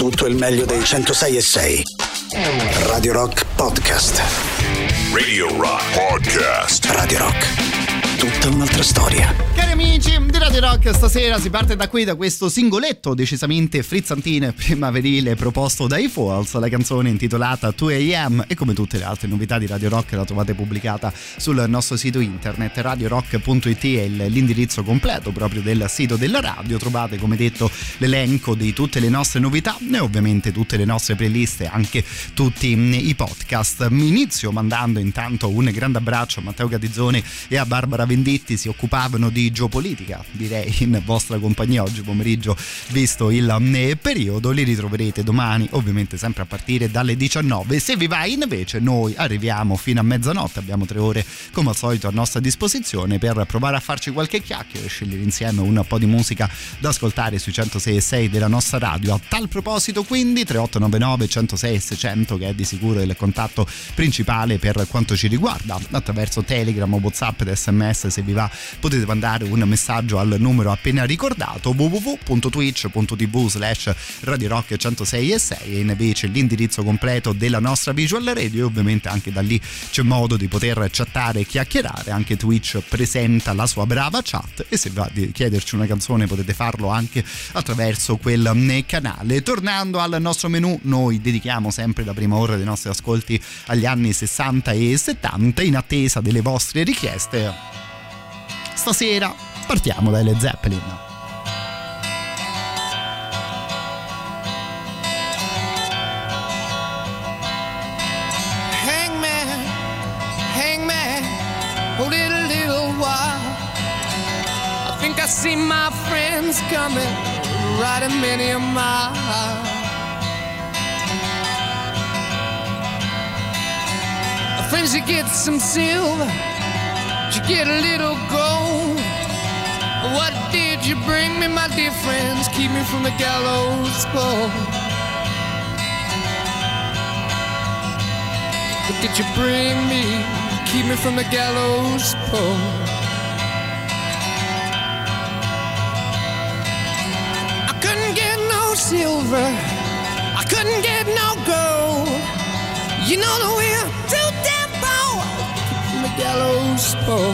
tutto il meglio dei 106.6. Radio Rock Podcast. Radio Rock Podcast. Radio Rock. Tutta un'altra storia. Cari amici di Radio Rock, stasera si parte da qui, da questo singoletto decisamente frizzantino e primaverile proposto dai Falls, la canzone intitolata 2AM, e come tutte le altre novità di Radio Rock la trovate pubblicata sul nostro sito internet radiorock.it, è l'indirizzo completo proprio del sito della radio. Trovate, come detto, l'elenco di tutte le nostre novità e ovviamente tutte le nostre playlist e anche tutti i podcast. Inizio mandando intanto un grande abbraccio a Matteo Catizzone e a Barbara Venditti, si occupavano di geopolitica, direi, in vostra compagnia oggi pomeriggio, visto il periodo. Li ritroverete domani, ovviamente sempre a partire dalle 19. Se vi va invece, noi arriviamo fino a mezzanotte, abbiamo 3 ore come al solito a nostra disposizione per provare a farci qualche chiacchiere e scegliere insieme un po' di musica da ascoltare sui 106.6 della nostra radio. A tal proposito, quindi, 3899 106 600, che è di sicuro il contatto principale per quanto ci riguarda, attraverso Telegram, WhatsApp ed SMS. Se vi va potete mandare un messaggio al numero appena ricordato, www.twitch.tv/Radio Rock 106.6, e invece l'indirizzo completo della nostra Visual Radio, e ovviamente anche da lì c'è modo di poter chattare e chiacchierare. Anche Twitch presenta la sua brava chat e se va di chiederci una canzone potete farlo anche attraverso quel canale. Tornando al nostro menù, noi dedichiamo sempre la prima ora dei nostri ascolti agli anni 60 e 70 in attesa delle vostre richieste. Stasera partiamo dai Led Zeppelin. Hangman, hangman, hold it a little while. I think I see my friends coming, riding many a mile. Friends, you get some silver, you get a little gold. What did you bring me, my dear friends? Keep me from the gallows pole. What did you bring me? Keep me from the gallows pole. I couldn't get no silver, I couldn't get no gold. You know the we're too damn poor. Keep from the gallows pole.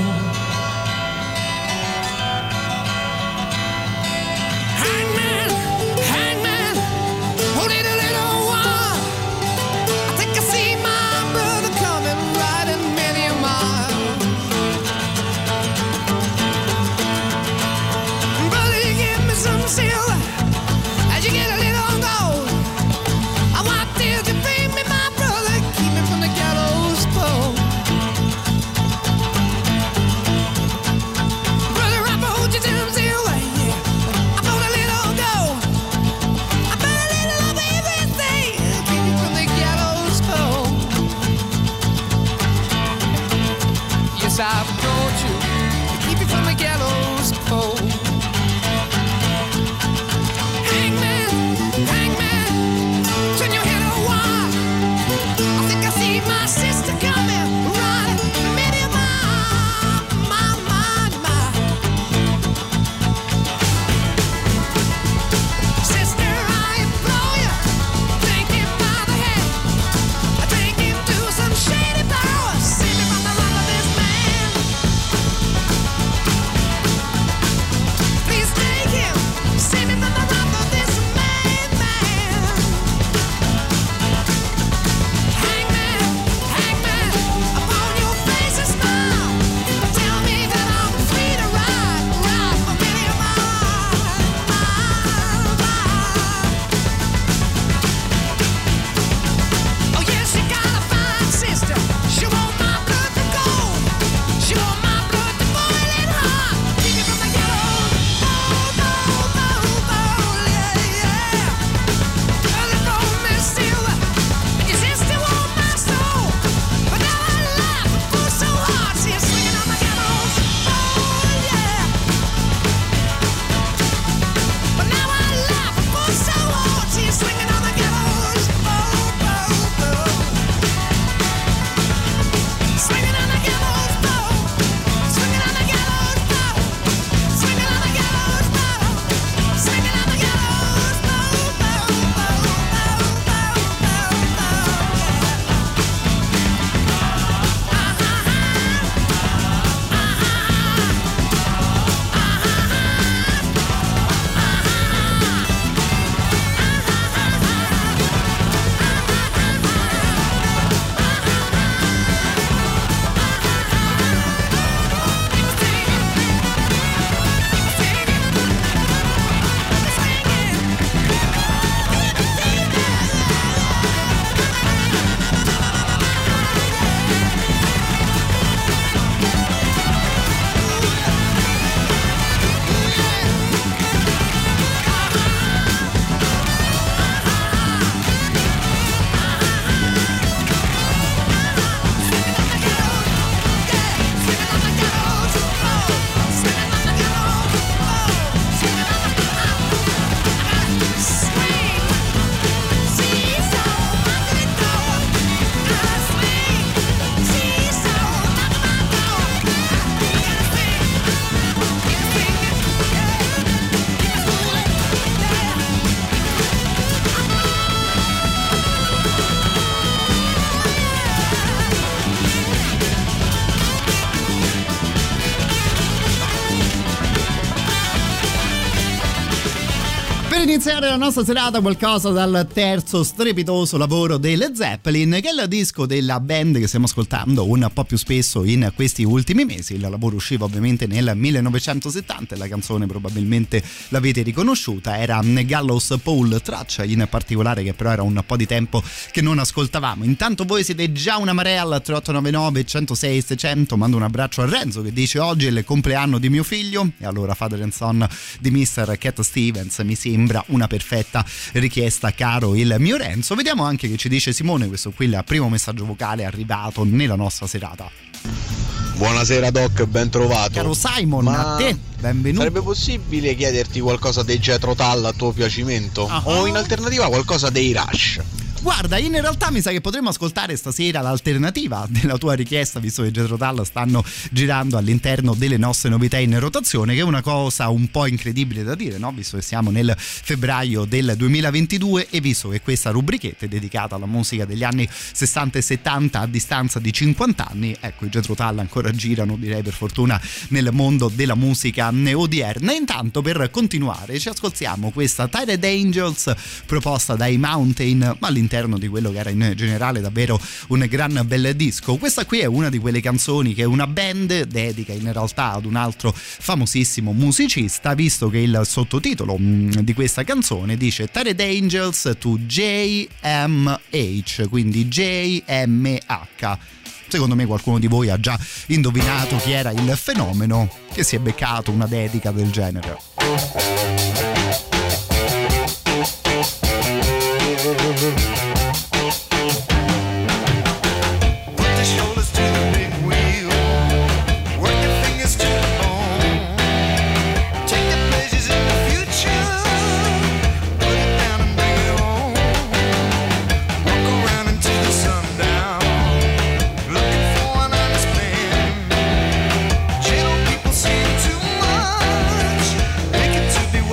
Hangman, hangman, hold it a little while. I think I see my brother coming, riding many a mile. Brother, you give me some silver, as you get a little gold. I want till you bring me my brother, keep me from the gallows pole. iniziare la nostra serata qualcosa dal terzo strepitoso lavoro dei Led Zeppelin, che è il disco della band che stiamo ascoltando un po' più spesso in questi ultimi mesi. Il lavoro usciva ovviamente nel 1970 e la canzone probabilmente l'avete riconosciuta, era Gallows Pole, traccia in particolare che però era un po' di tempo che non ascoltavamo. Intanto voi siete già una marea al 3899 106 600. Mando un abbraccio a Renzo che dice: oggi è il compleanno di mio figlio, e allora Father and Son di Mr. Cat Stevens mi sembra una perfetta richiesta, caro il mio Renzo. Vediamo anche che ci dice Simone, questo qui è il primo messaggio vocale arrivato nella nostra serata. Buonasera Doc, ben trovato. Caro Simon, a te, benvenuto. Sarebbe possibile chiederti qualcosa dei Jethro Tull a tuo piacimento? O in alternativa qualcosa dei Rush? Guarda, in realtà mi sa che potremmo ascoltare stasera l'alternativa della tua richiesta, visto che Jethro Tull stanno girando all'interno delle nostre novità in rotazione, che è una cosa un po' incredibile da dire, no? Visto che siamo nel febbraio del 2022 e visto che questa rubrichetta è dedicata alla musica degli anni 60 e 70 a distanza di 50 anni, ecco, i Jethro Tull ancora girano, direi per fortuna, nel mondo della musica odierna. Intanto, per continuare, ci ascoltiamo questa Tired Angels proposta dai Mountain, ma all'interno di quello che era in generale davvero un gran bel disco. Questa qui è una di quelle canzoni che una band dedica in realtà ad un altro famosissimo musicista, visto che il sottotitolo di questa canzone dice Tired Angels to JMH, quindi JMH. Secondo me qualcuno di voi ha già indovinato chi era il fenomeno che si è beccato una dedica del genere. To be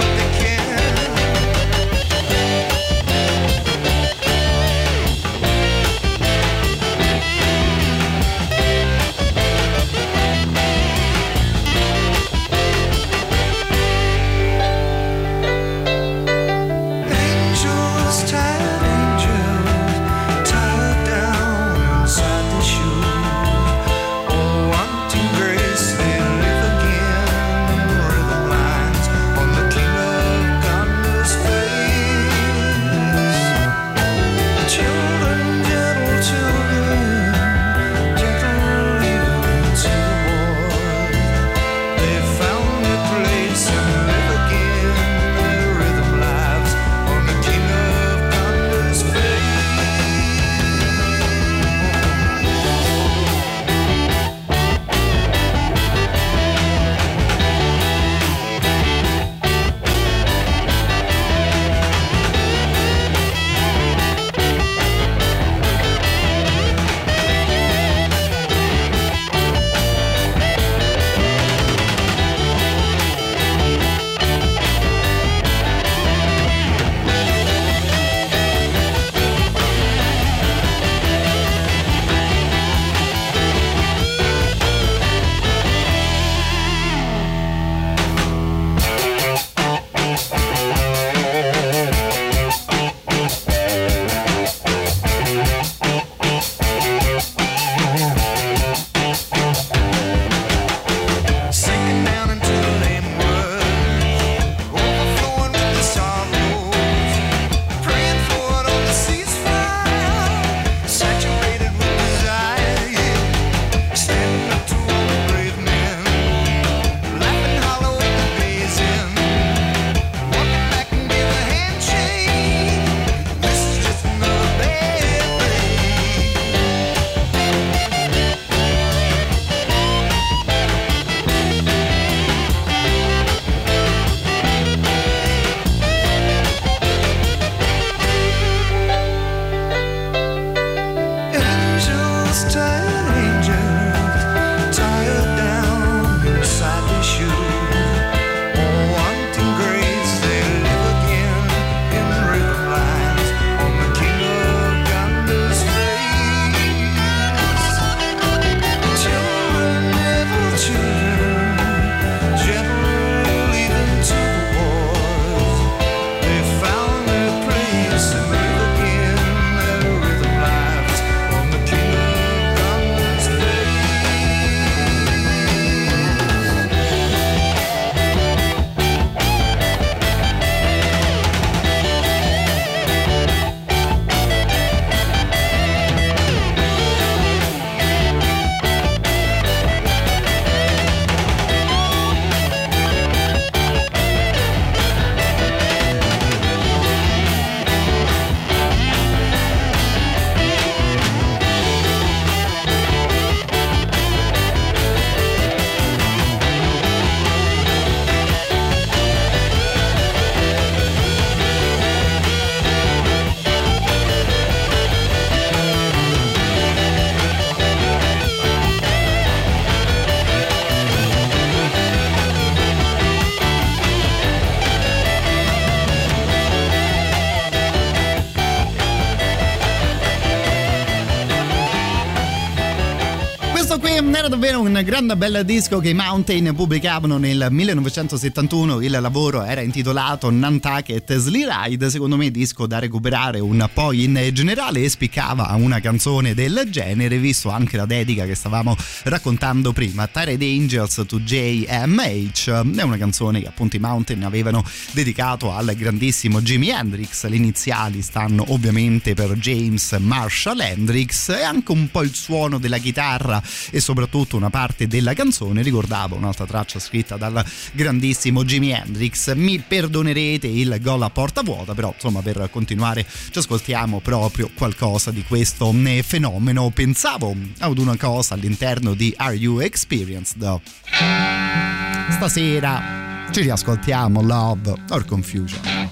era davvero un gran bel disco che i Mountain pubblicavano nel 1971. Il lavoro era intitolato Nantucket Sleigh Ride, secondo me disco da recuperare un po' in generale, e spiccava una canzone del genere, visto anche la dedica che stavamo raccontando prima. Tired Angels to JMH è una canzone che appunto i Mountain avevano dedicato al grandissimo Jimi Hendrix. Le iniziali stanno ovviamente per James Marshall Hendrix, e anche un po' il suono della chitarra e soprattutto una parte della canzone ricordava un'altra traccia scritta dal grandissimo Jimi Hendrix. Mi perdonerete il gol a porta vuota, però insomma per continuare ci ascoltiamo proprio qualcosa di questo fenomeno. Pensavo ad una cosa all'interno di Are You Experienced? Stasera ci riascoltiamo Love or Confusion.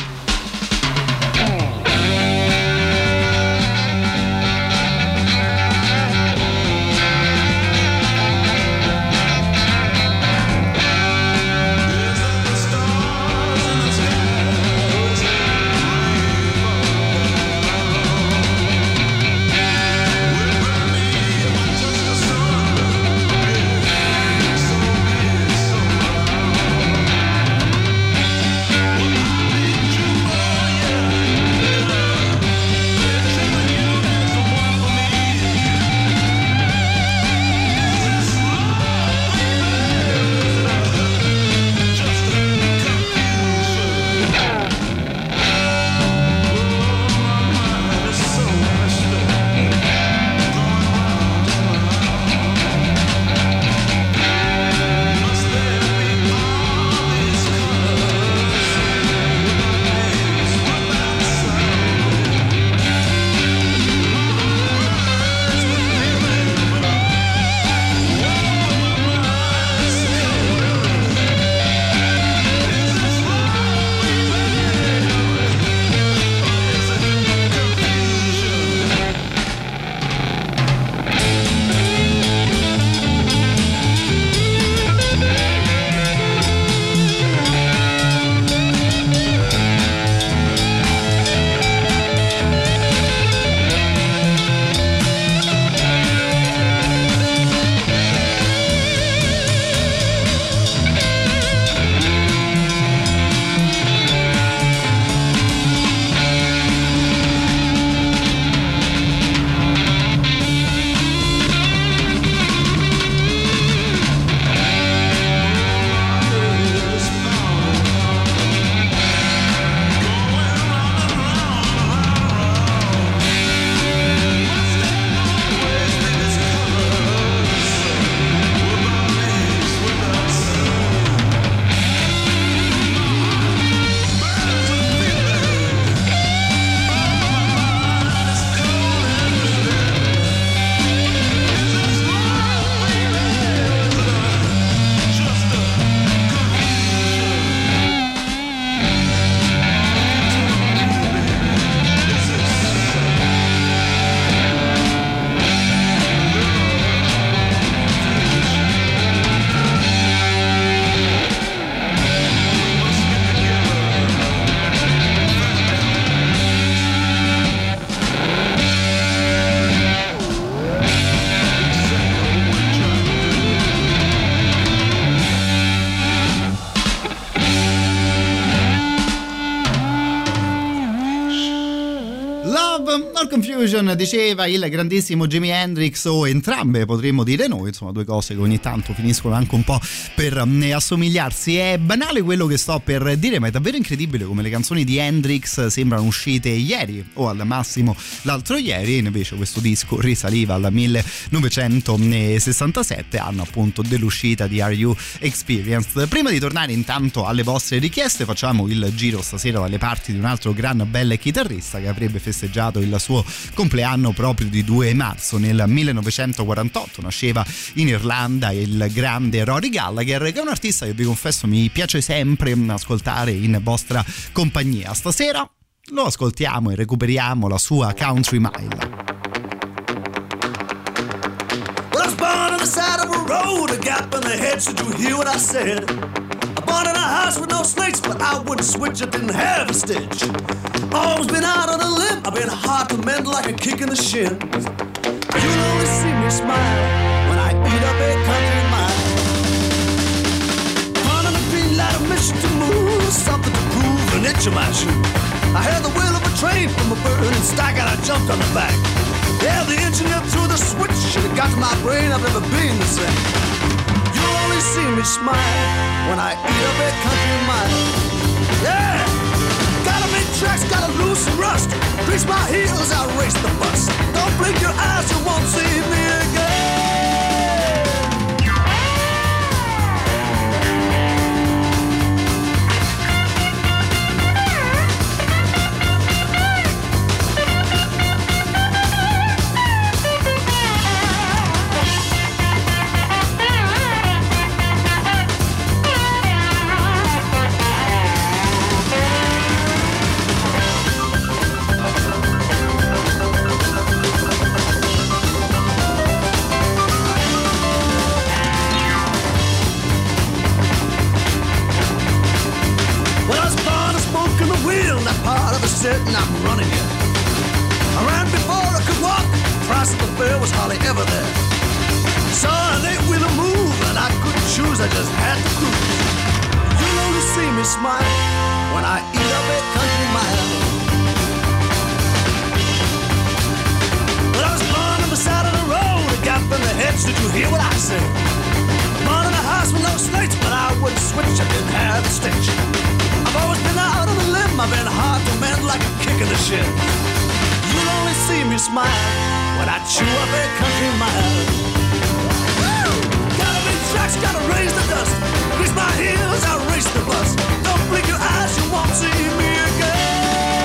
Confusion, diceva il grandissimo Jimi Hendrix, o entrambe potremmo dire noi, insomma due cose che ogni tanto finiscono anche un po' per assomigliarsi. È banale quello che sto per dire, ma è davvero incredibile come le canzoni di Hendrix sembrano uscite ieri o al massimo l'altro ieri, invece questo disco risaliva al 1967, anno appunto dell'uscita di Are You Experienced. Prima di tornare intanto alle vostre richieste, facciamo il giro stasera dalle parti di un altro gran bel chitarrista che avrebbe festeggiato il suo compleanno proprio di 2 marzo. Nel 1948 nasceva in Irlanda il grande Rory Gallagher, che è un artista che vi confesso mi piace sempre ascoltare in vostra compagnia. Stasera lo ascoltiamo e recuperiamo la sua Country Mile. Well, I was born on the side of a road, a gap in the head, so you hear what I said? Born in a house with no slates, but I wouldn't switch, I didn't have a stitch. Always been out on a limb, I've been hard to mend like a kick in the shins. You'll only see me smile when I eat a big country mile. Running a green light, a mission to move, something to prove, an itch in my shoe. I heard the wheel of a train from a burning stack and I jumped on the back. Yeah, the engineer threw the switch and it got to my brain. I've never been the same. You'll only see me smile when I eat a big country mile. Yeah, gotta make tracks, gotta loosen rust. Grease my heels, I'll race the bus. Don't blink your eyes, you won't see me again. Part of a sitting, I'm running you. I ran before I could walk. Price of the fare was hardly ever there. Saw an eight-wheeler move and I couldn't choose, I just had to cruise. You'll only see me smile when I eat a big country mile. But I was born on the side of the road, a gap in the hedge, did you hear what I said? Born in a house with no slates, but I wouldn't switch, I didn't have the stitch. I've always been out on a limb, I've been hard to mend like a kick in the shin. You'll only see me smile when I chew up a country mile. Woo! Gotta make tracks, gotta raise the dust. Grease my heels, I'll race the bus. Don't blink your eyes, you won't see me again.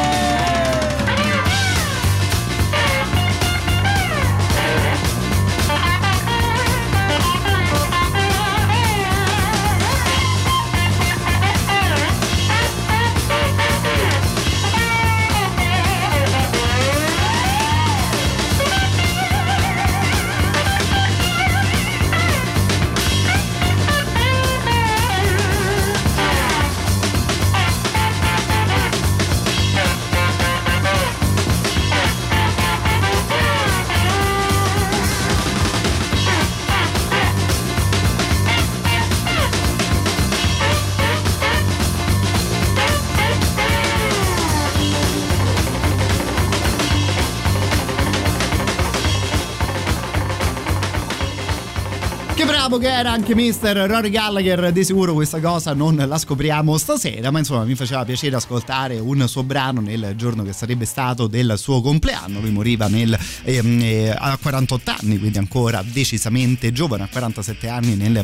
Che era anche Mr. Rory Gallagher, di sicuro questa cosa non la scopriamo stasera, ma insomma mi faceva piacere ascoltare un suo brano nel giorno che sarebbe stato del suo compleanno. Lui moriva a 48 anni, quindi ancora decisamente giovane, a 47 anni nel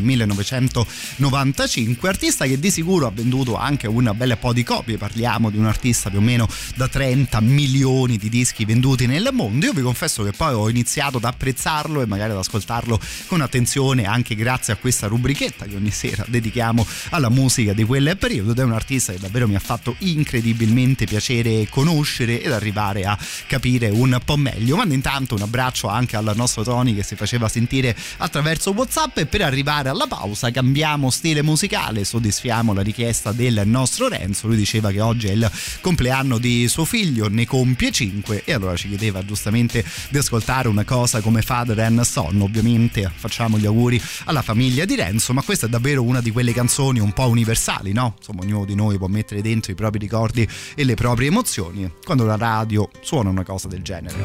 1995, artista che di sicuro ha venduto anche un bel po' di copie. Parliamo di un artista più o meno da 30 milioni di dischi venduti nel mondo. Io vi confesso che poi ho iniziato ad apprezzarlo e magari ad ascoltarlo con attenzione anche grazie a questa rubrichetta che ogni sera dedichiamo alla musica di quel periodo, ed è un artista che davvero mi ha fatto incredibilmente piacere conoscere ed arrivare a capire un po' meglio. Mando intanto un abbraccio anche al nostro Tony che si faceva sentire attraverso WhatsApp, e per arrivare alla pausa cambiamo stile musicale, soddisfiamo la richiesta del nostro Renzo. Lui diceva che oggi è il compleanno di suo figlio, ne compie 5, e allora ci chiedeva giustamente di ascoltare una cosa come Father and Son. Ovviamente facciamo gli auguri alla famiglia di Renzo, ma questa è davvero una di quelle canzoni un po' universali, no? Insomma, ognuno di noi può mettere dentro i propri ricordi e le proprie emozioni quando la radio suona una cosa del genere.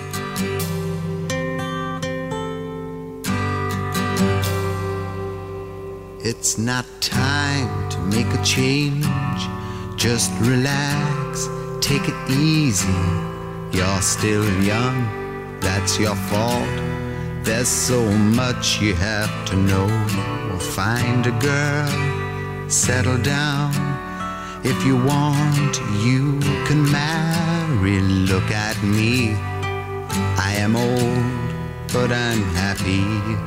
It's not time to make a change, just relax, take it easy, you're still young, that's your fault. There's so much you have to know. Find a girl, settle down. If you want, you can marry. Look at me, I am old, but I'm happy.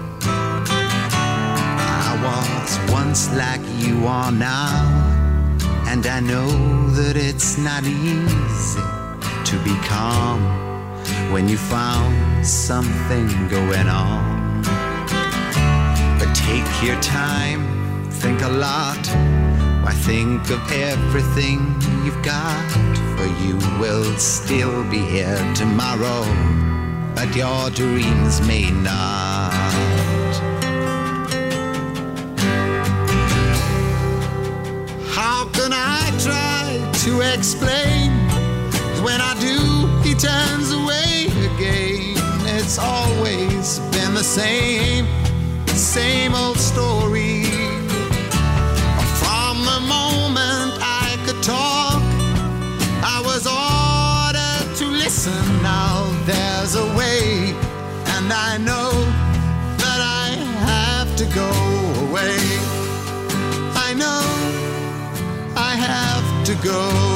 I was once like you are now, and I know that it's not easy to be calm when you found something going on. But take your time, think a lot. Why, think of everything you've got, for you will still be here tomorrow, but your dreams may not. to explain. When I do, he turns away again. It's always been the same old story. From the moment I could talk, I was ordered to listen. Now there's a way, and I know that I have to go away. I know I have to go.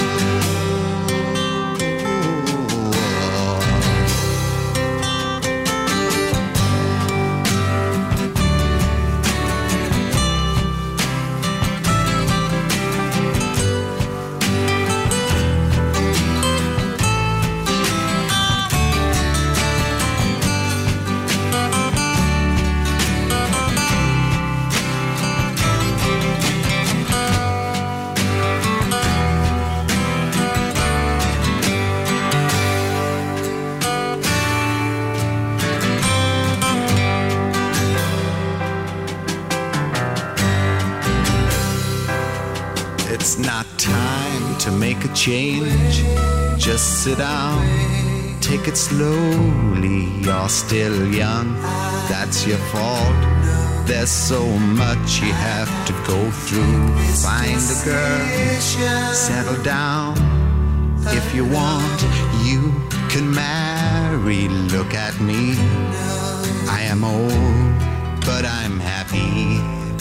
It's not time to make a change. Just sit down, take it slowly. You're still young, that's your fault. There's so much you have to go through. Find a girl, settle down. If you want, you can marry. Look at me, I am old, but I'm happy.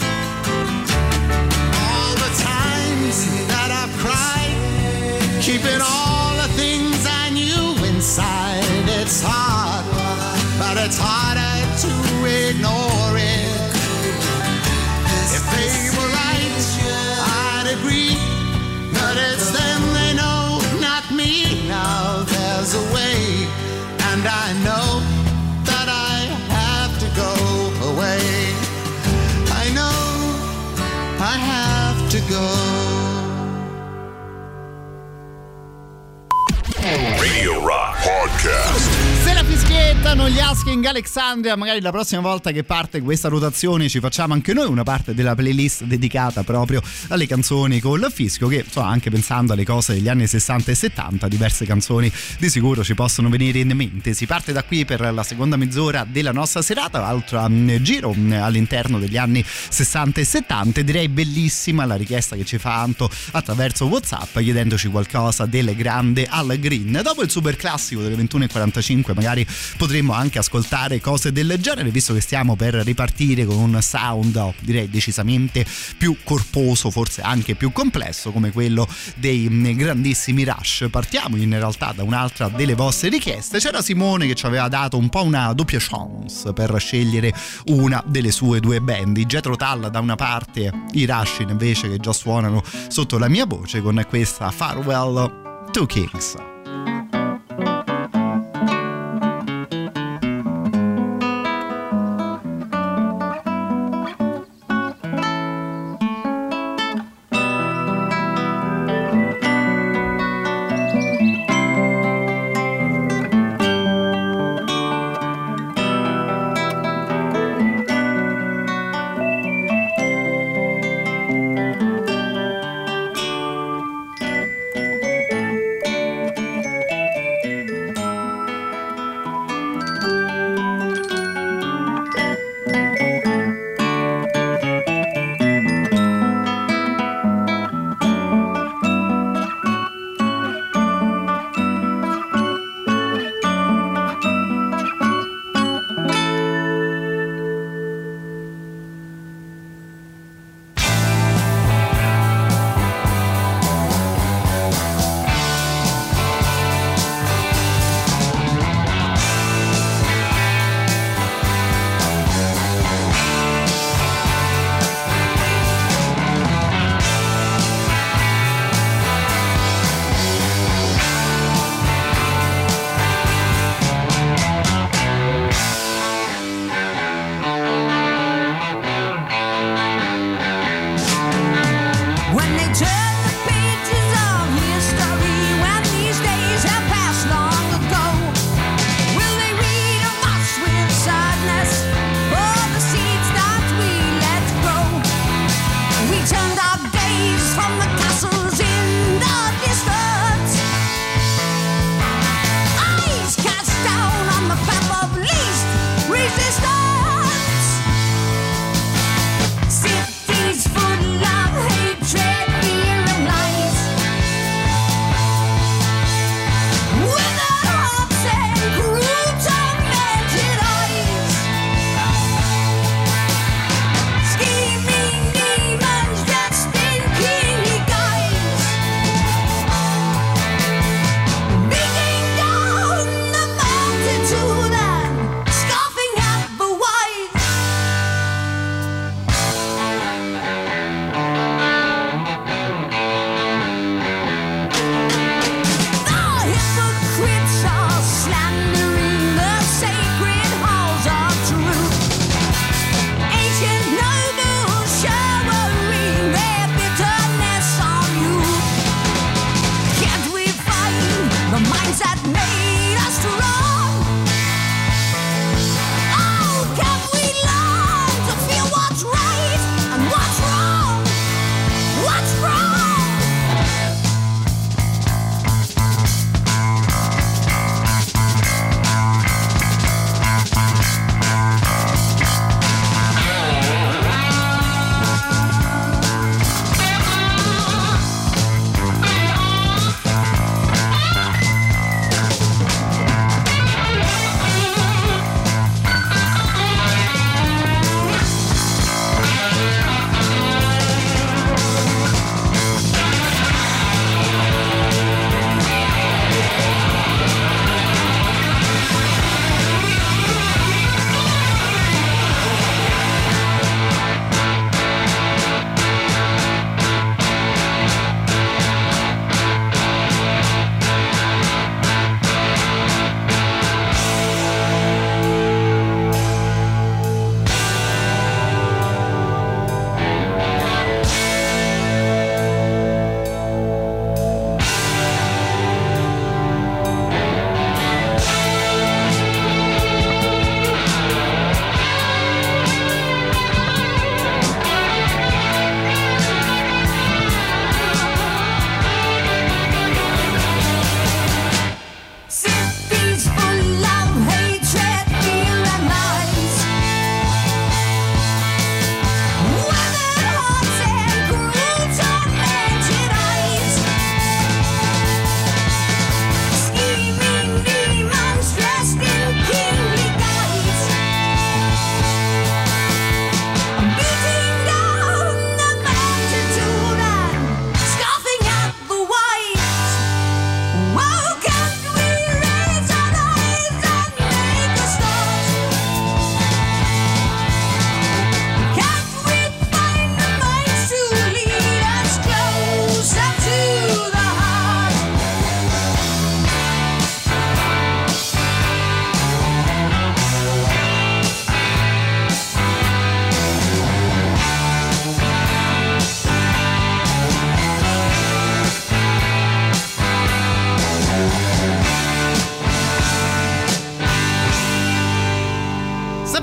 That I've cried, keeping all the things I knew inside. It's hard, but it's harder to ignore it. If they were right, I'd agree, but it's them they know, not me. Now there's a way, and I know that I have to go away. I know I have to go. Radio Rock Podcast. Se la fischiettano gli Asking Alexandria, magari la prossima volta che parte questa rotazione ci facciamo anche noi una parte della playlist dedicata proprio alle canzoni col fischio, che insomma, anche pensando alle cose degli anni 60 e 70, diverse canzoni di sicuro ci possono venire in mente. Si parte da qui per la seconda mezz'ora della nostra serata, altro giro all'interno degli anni 60 e 70, e direi bellissima la richiesta che ci fa Anto attraverso WhatsApp chiedendoci qualcosa del grande Al Green. Dopo il super classico delle 21:45 magari potremmo anche ascoltare cose del genere, visto che stiamo per ripartire con un sound direi decisamente più corposo, forse anche più complesso come quello dei grandissimi Rush. Partiamo in realtà da un'altra delle vostre richieste. C'era Simone che ci aveva dato un po' una doppia chance per scegliere una delle sue due band, i Jethro Tull da una parte, i Rush invece che già suonano sotto la mia voce con questa Farewell to Kings.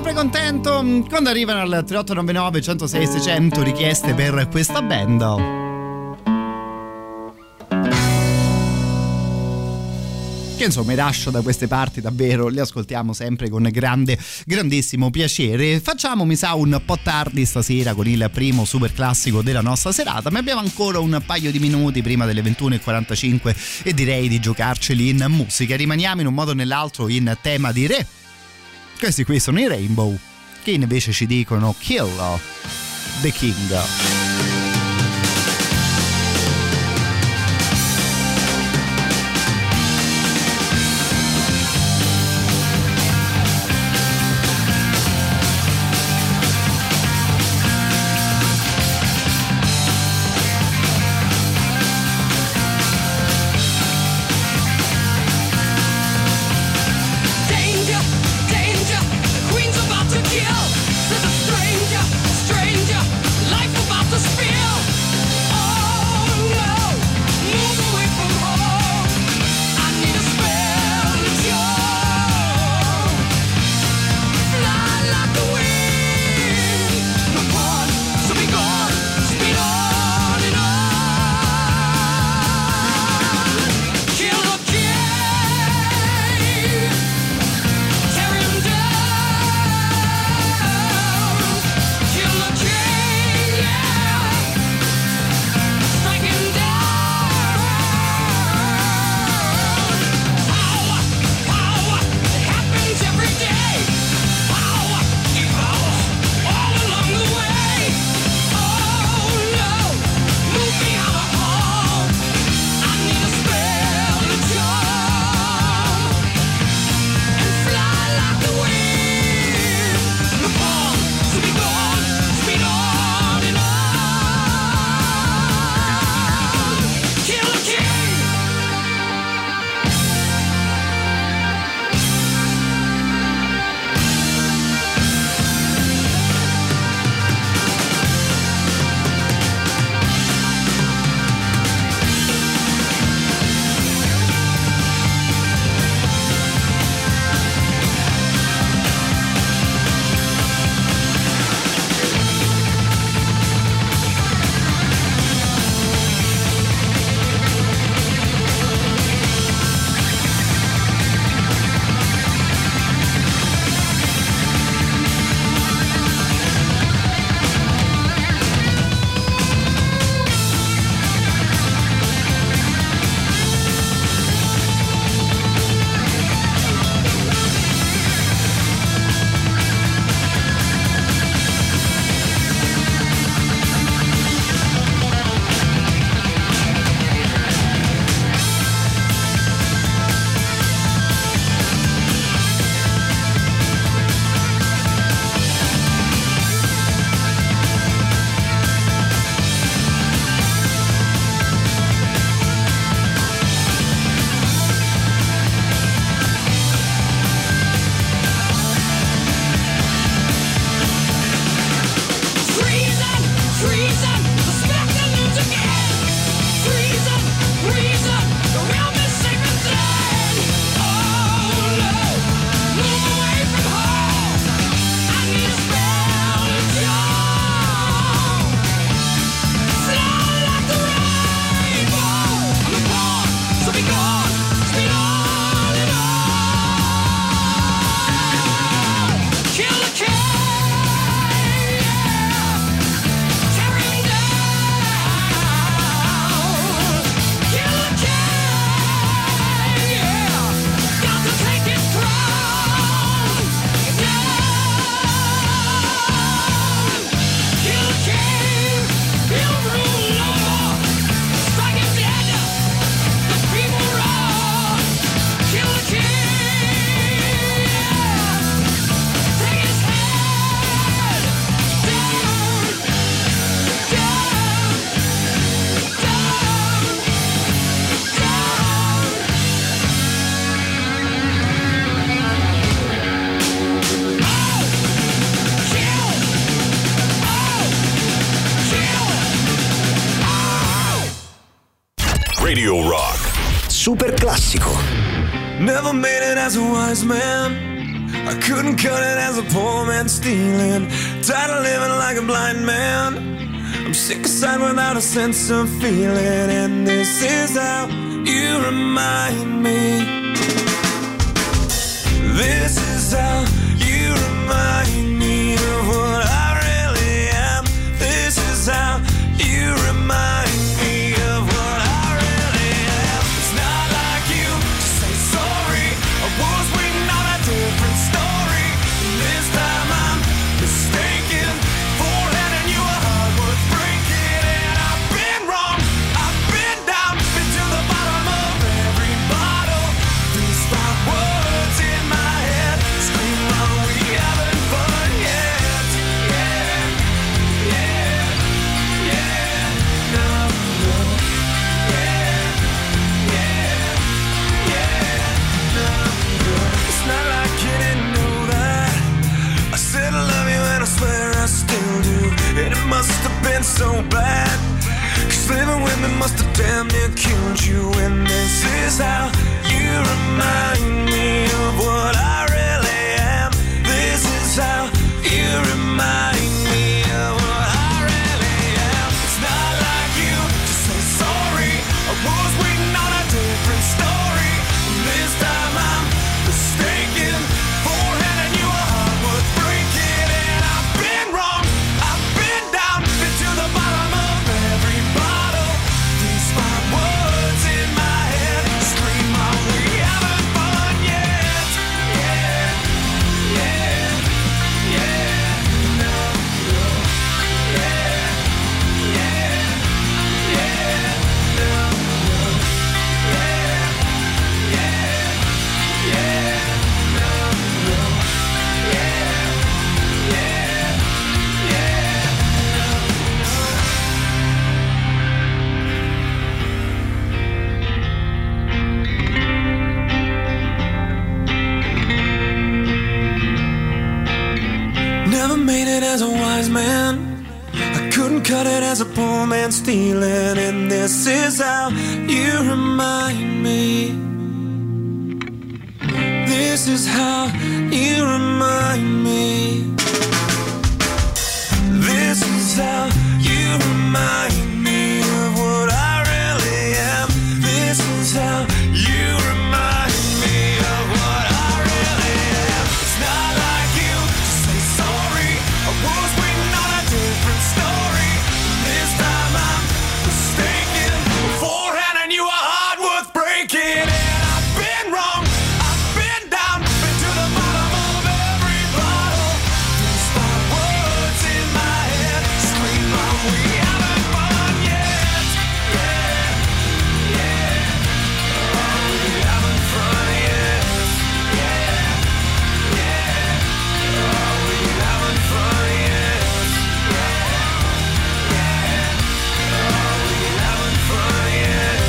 sempre contento quando arrivano al 3899 106 600 richieste per questa band. Che insomma i Rush da queste parti davvero li ascoltiamo sempre con grandissimo piacere. Facciamo, mi sa, un po' tardi stasera con il primo super classico della nostra serata, ma abbiamo ancora un paio di minuti prima delle 21:45 e direi di giocarceli in musica. Rimaniamo in un modo o nell'altro in tema di re. Questi qui sono i Rainbow, che invece ci dicono Kill the King. Radio Rock. Super classico. Never made it as a wise man. I couldn't cut it as a poor man stealing. Tired of living like a blind man. I'm sick aside without a sense of feeling. And this is how you remind me. This is how you remind me of what I really am. This is how you remind me of what I really am. It's not like you to say sorry. I was waiting on a different story. This time I'm mistaken for letting you a heart worth breaking. And I've been wrong, I've been down, been to the bottom of every bottle. These 5 words in my head scream, are we having fun yet? Yeah, yeah, yeah, no, no. Yeah, yeah, yeah, no, no. It's not like you didn't know that I said I love you and I swear I still do. And it must have been so bad, 'cause living with me must have damn near killed you. And this is how you remind me of what I really am. This is how you remind me of what I really am. It's not like you to say sorry. I was waiting on a different story. This time I'm mistaken for handing you a heart worth breaking. And I've been wrong, I've been down, been to the bottom of every bottle. These 5 words in my head scream, are we having fun yet? Yeah, yeah, yeah, no, no. Yeah, yeah, yeah, no, no. Yeah, yeah, yeah, no, no. Yeah, yeah, yeah, Never made it as a wise man. I couldn't cut it as a poor man stealing. And this is how you remind me. This is how you remind me. This is how you remind me of what I really am. This is how you remind me of what I really am. It's not like you to say sorry. I was waiting on a different story. This time I'm mistaken for handing you a heart worth breaking. And I've been wrong, I've been down, been to the bottom of every bottle. These 5 words in my head scream, are we having fun yet? Yeah, yeah, are we having fun yet? Yeah, yeah, are we having fun yet? Yeah, yeah, are we having fun yet?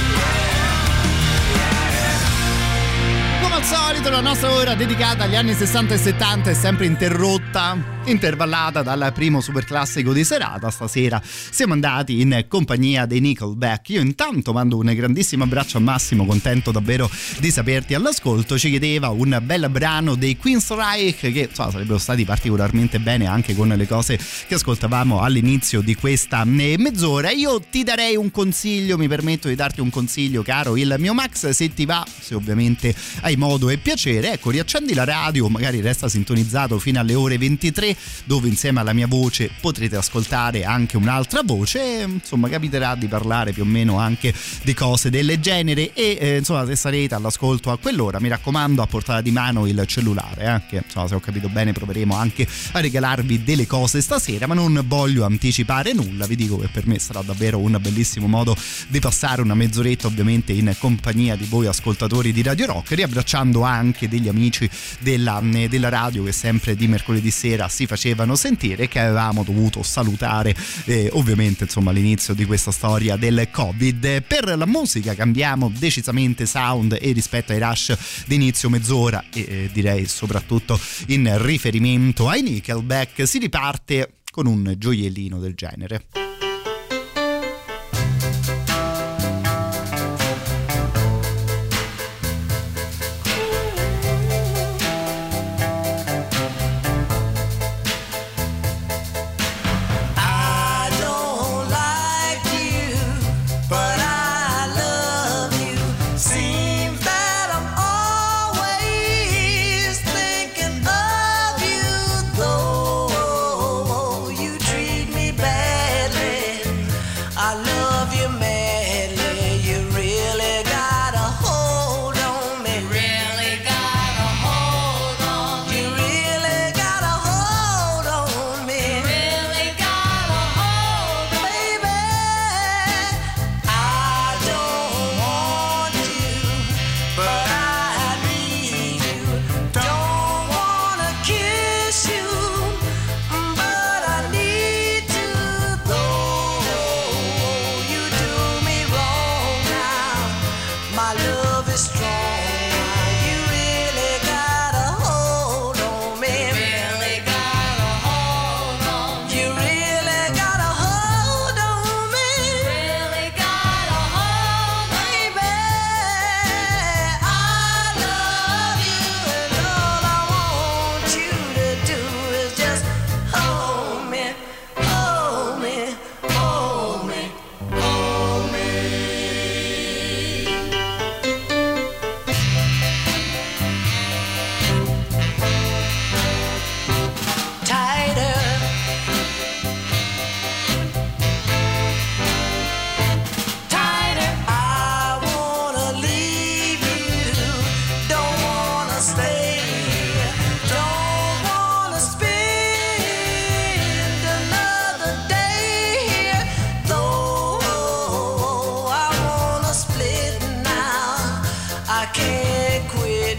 Come al solito la nostra ora dedicata agli anni 60 e 70 è sempre intervallata dal primo superclassico di serata. Stasera siamo andati in compagnia dei Nickelback. Io intanto mando un grandissimo abbraccio a Massimo, contento davvero di saperti all'ascolto. Ci chiedeva un bel brano dei Queensryche che sarebbero stati particolarmente bene anche con le cose che ascoltavamo all'inizio di questa mezz'ora. Io ti darei un consiglio, mi permetto di darti un consiglio, caro il mio Max, se ti va, se ovviamente hai modo e piacere, ecco, riaccendi la radio, magari resta sintonizzato fino alle ore 23, dove insieme alla mia voce potrete ascoltare anche un'altra voce, insomma capiterà di parlare più o meno anche di cose del genere e insomma se sarete all'ascolto a quell'ora mi raccomando a portata di mano il cellulare, che insomma se ho capito bene proveremo anche a regalarvi delle cose stasera, ma non voglio anticipare nulla, vi dico che per me sarà davvero un bellissimo modo di passare una mezz'oretta ovviamente in compagnia di voi ascoltatori di Radio Rock, riabbracciando anche degli amici della radio che sempre di mercoledì sera si facevano sentire e che avevamo dovuto salutare ovviamente insomma all'inizio di questa storia del Covid. Per la musica cambiamo decisamente sound e rispetto ai Rush d'inizio mezz'ora e direi soprattutto in riferimento ai Nickelback si riparte con un gioiellino del genere.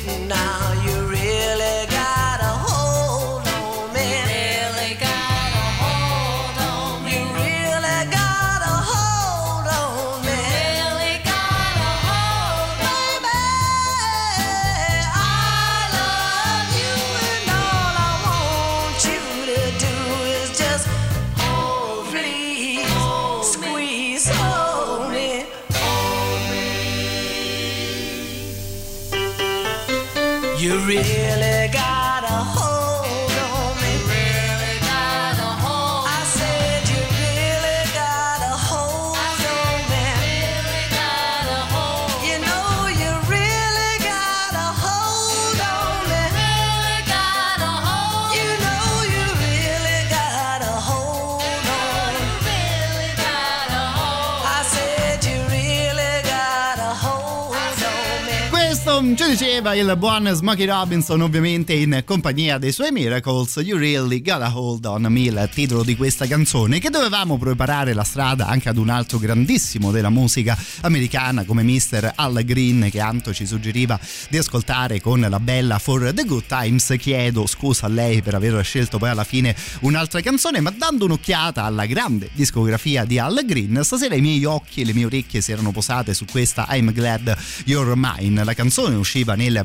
now. You really got a hold on me. Really got a hold on me. You really got a hold on me. Really got a hold on me. Baby, I love you, and all I want you to do is just hold me, squeeze, hold me, hold me. You really got a hold on me. Really got a hold. I said you really got a hold on me. Really got a hold. You know you really got a hold on me. Really got a hold. You know you really got a hold on me. Really got a hold. I said you really got a hold on me. Questo ci diceva il buon Smokey Robinson, ovviamente in compagnia dei suoi Miracles. You Really Got a Hold on Me, il titolo di questa canzone, che dovevamo preparare la strada anche ad un altro grandissimo della musica americana come Mr. Al Green, che Anto ci suggeriva di ascoltare con la bella For the Good Times. Chiedo scusa a lei per aver scelto poi alla fine un'altra canzone, ma dando un'occhiata alla grande discografia di Al Green, stasera i miei occhi e le mie orecchie si erano posate su questa I'm Glad You're Mine. La canzone usciva nel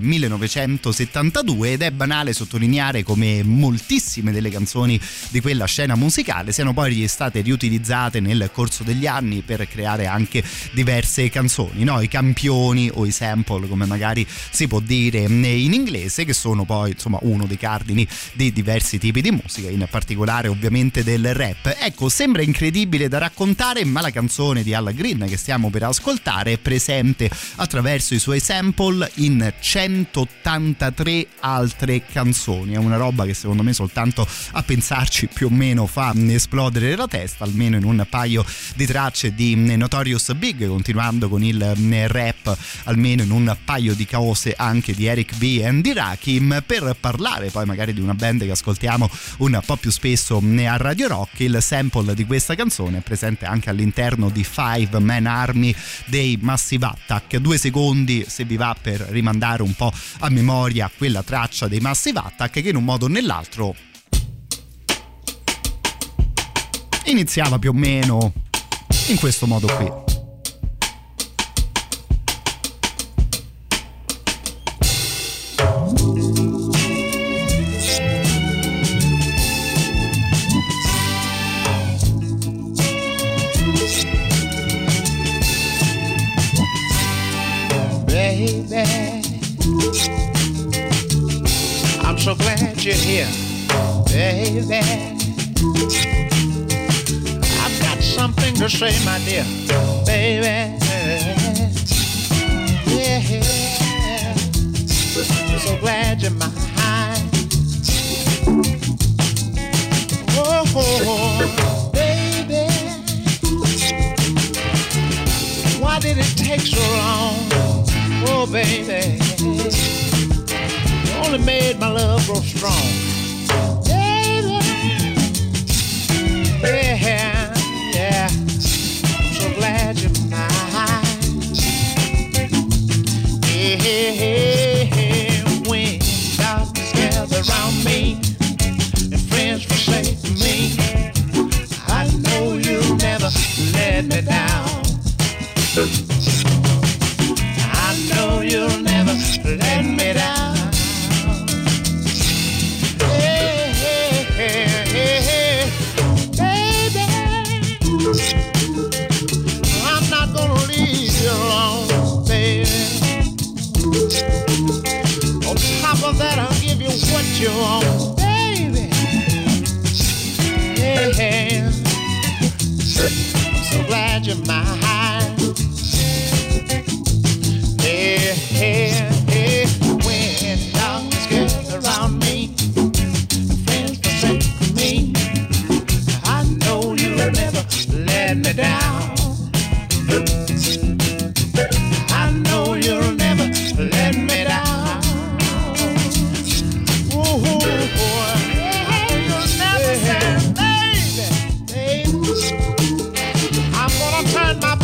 1972 ed è banale sottolineare come moltissime delle canzoni di quella scena musicale siano poi state riutilizzate nel corso degli anni per creare anche diverse canzoni, no? I campioni o i sample, come magari si può dire in inglese, che sono poi insomma uno dei cardini di diversi tipi di musica, in particolare ovviamente del rap. Ecco, sembra incredibile da raccontare, ma la canzone di Al Green che stiamo per ascoltare è presente attraverso i suoi sample in 183 altre canzoni. È una roba che secondo me soltanto a pensarci più o meno fa esplodere la testa, almeno in un paio di tracce di Notorious Big, continuando con il rap, almeno in un paio di cose anche di Eric B e Andy Rakim. Per parlare poi magari di una band che ascoltiamo un po' più spesso a Radio Rock, il sample di questa canzone è presente anche all'interno di Five Man Army dei Massive Attack. 2 secondi se vi va per rimandare un po' a memoria quella traccia dei Massive Attack, che in un modo o nell'altro iniziava più o meno in questo modo qui. I'm so glad you're here, baby. I've got something to say, my dear, baby. Yeah, I'm so glad you're mine. Oh, baby, why did it take so long? Oh, baby, you only made my love grow strong. Baby, yeah, yeah, I'm so glad you're mine. Yeah, when darkness gathers around me and friends forsake me, I know you'll never let me down. I know you'll never let me down. Hey, hey, hey, hey, baby, I'm not gonna leave you alone, baby. On top of that, I'll give you what you want, baby. Yeah, I'm so glad you're mine. Hey, hey, hey, when darkness gets around me and friends forsake me, I know you'll never let me down. I know you'll never let me down. Ooh, you'll never say, baby, baby, I'm gonna turn my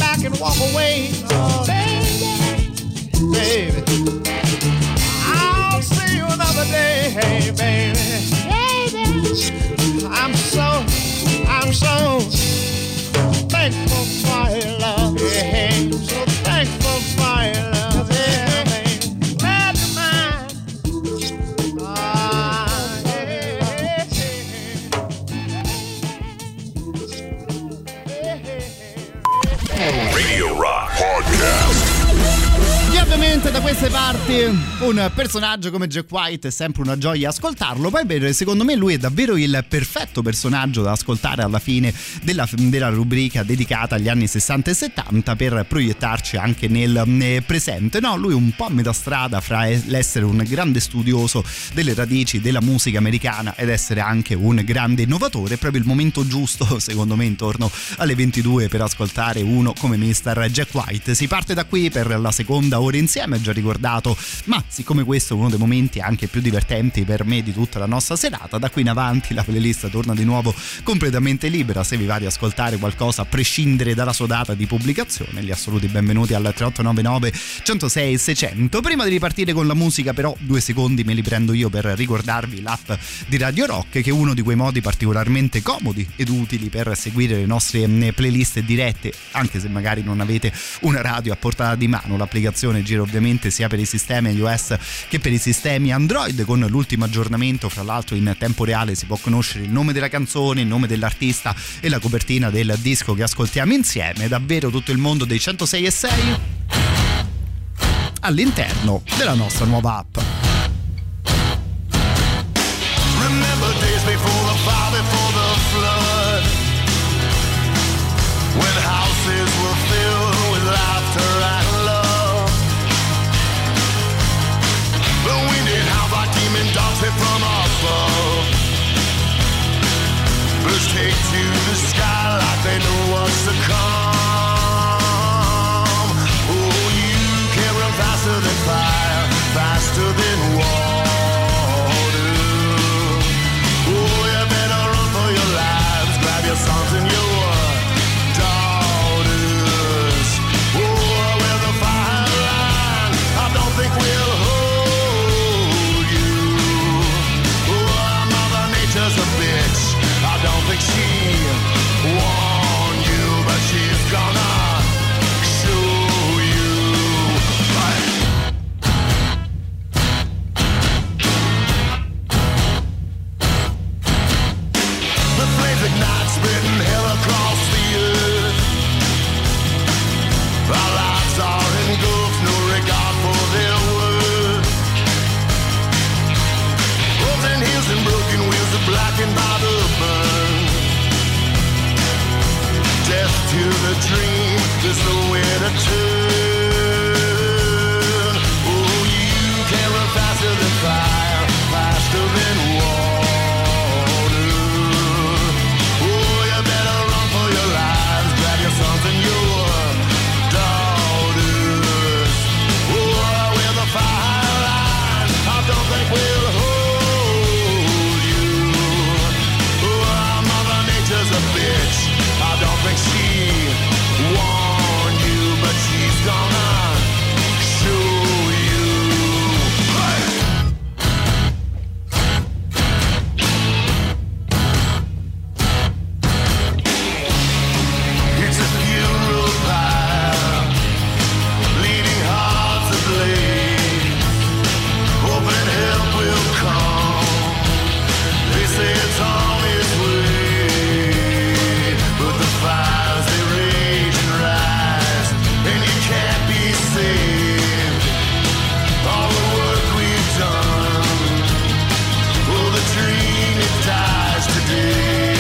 da queste parti un personaggio come Jack White è sempre una gioia ascoltarlo. Poi secondo me lui è davvero il perfetto personaggio da ascoltare alla fine della rubrica dedicata agli anni 60 e 70 per proiettarci anche nel presente. No, lui è un po' a metà strada fra l'essere un grande studioso delle radici della musica americana ed essere anche un grande innovatore. È proprio il momento giusto secondo me intorno alle 22 per ascoltare uno come Mr. Jack White. Si parte da qui per la seconda ora insieme, già ricordato, ma siccome questo è uno dei momenti anche più divertenti per me di tutta la nostra serata, da qui in avanti la playlist torna di nuovo completamente libera. Se vi va di ascoltare qualcosa a prescindere dalla sua data di pubblicazione, gli assoluti benvenuti al 3899 106 600. Prima di ripartire con la musica però 2 secondi me li prendo io per ricordarvi l'app di Radio Rock, che è uno di quei modi particolarmente comodi ed utili per seguire le nostre playlist dirette, anche se magari non avete una radio a portata di mano. L'applicazione gira ovviamente sia per i sistemi iOS che per i sistemi Android. Con l'ultimo aggiornamento, fra l'altro in tempo reale, si può conoscere il nome della canzone, il nome dell'artista e la copertina del disco che ascoltiamo insieme. Davvero tutto il mondo dei 106 e 6 all'interno della nostra nuova app. Remember days before the fire, before the flood, when houses were filled with laughter and love. The wind and howl like demon dogs hit from above. Birds take to the sky like they know what's to come. Oh, you can run faster than fire, faster than water. Oh, you better run for your lives, grab your sons and your daughters. Oh, we're the fire line, I don't think we'll hold you. Oh, Mother Nature's a bitch, I don't think she won you, but she's gonna show you. The flames ignite, spreading hell across the earth. Our lives are engulfed, no regard for their worth. Roads and hills and broken wheels are blackened by the burn. Death to the dream, there's nowhere to turn. Oh, you can run faster than fire, faster than water. Oh, you better run for your lives, grab your sons and your daughters. Oh, we're the fire line, I don't think we'll hold you. Oh, Mother Nature's a bitch, I don't think she won you, but she's gonna show you. Hey! It's a funeral pyre, bleeding hearts ablaze, hoping help will come. They say it's on its way, but the fires they rage and rise, and you can't be saved. All the work we've done, oh, the dream it dies today.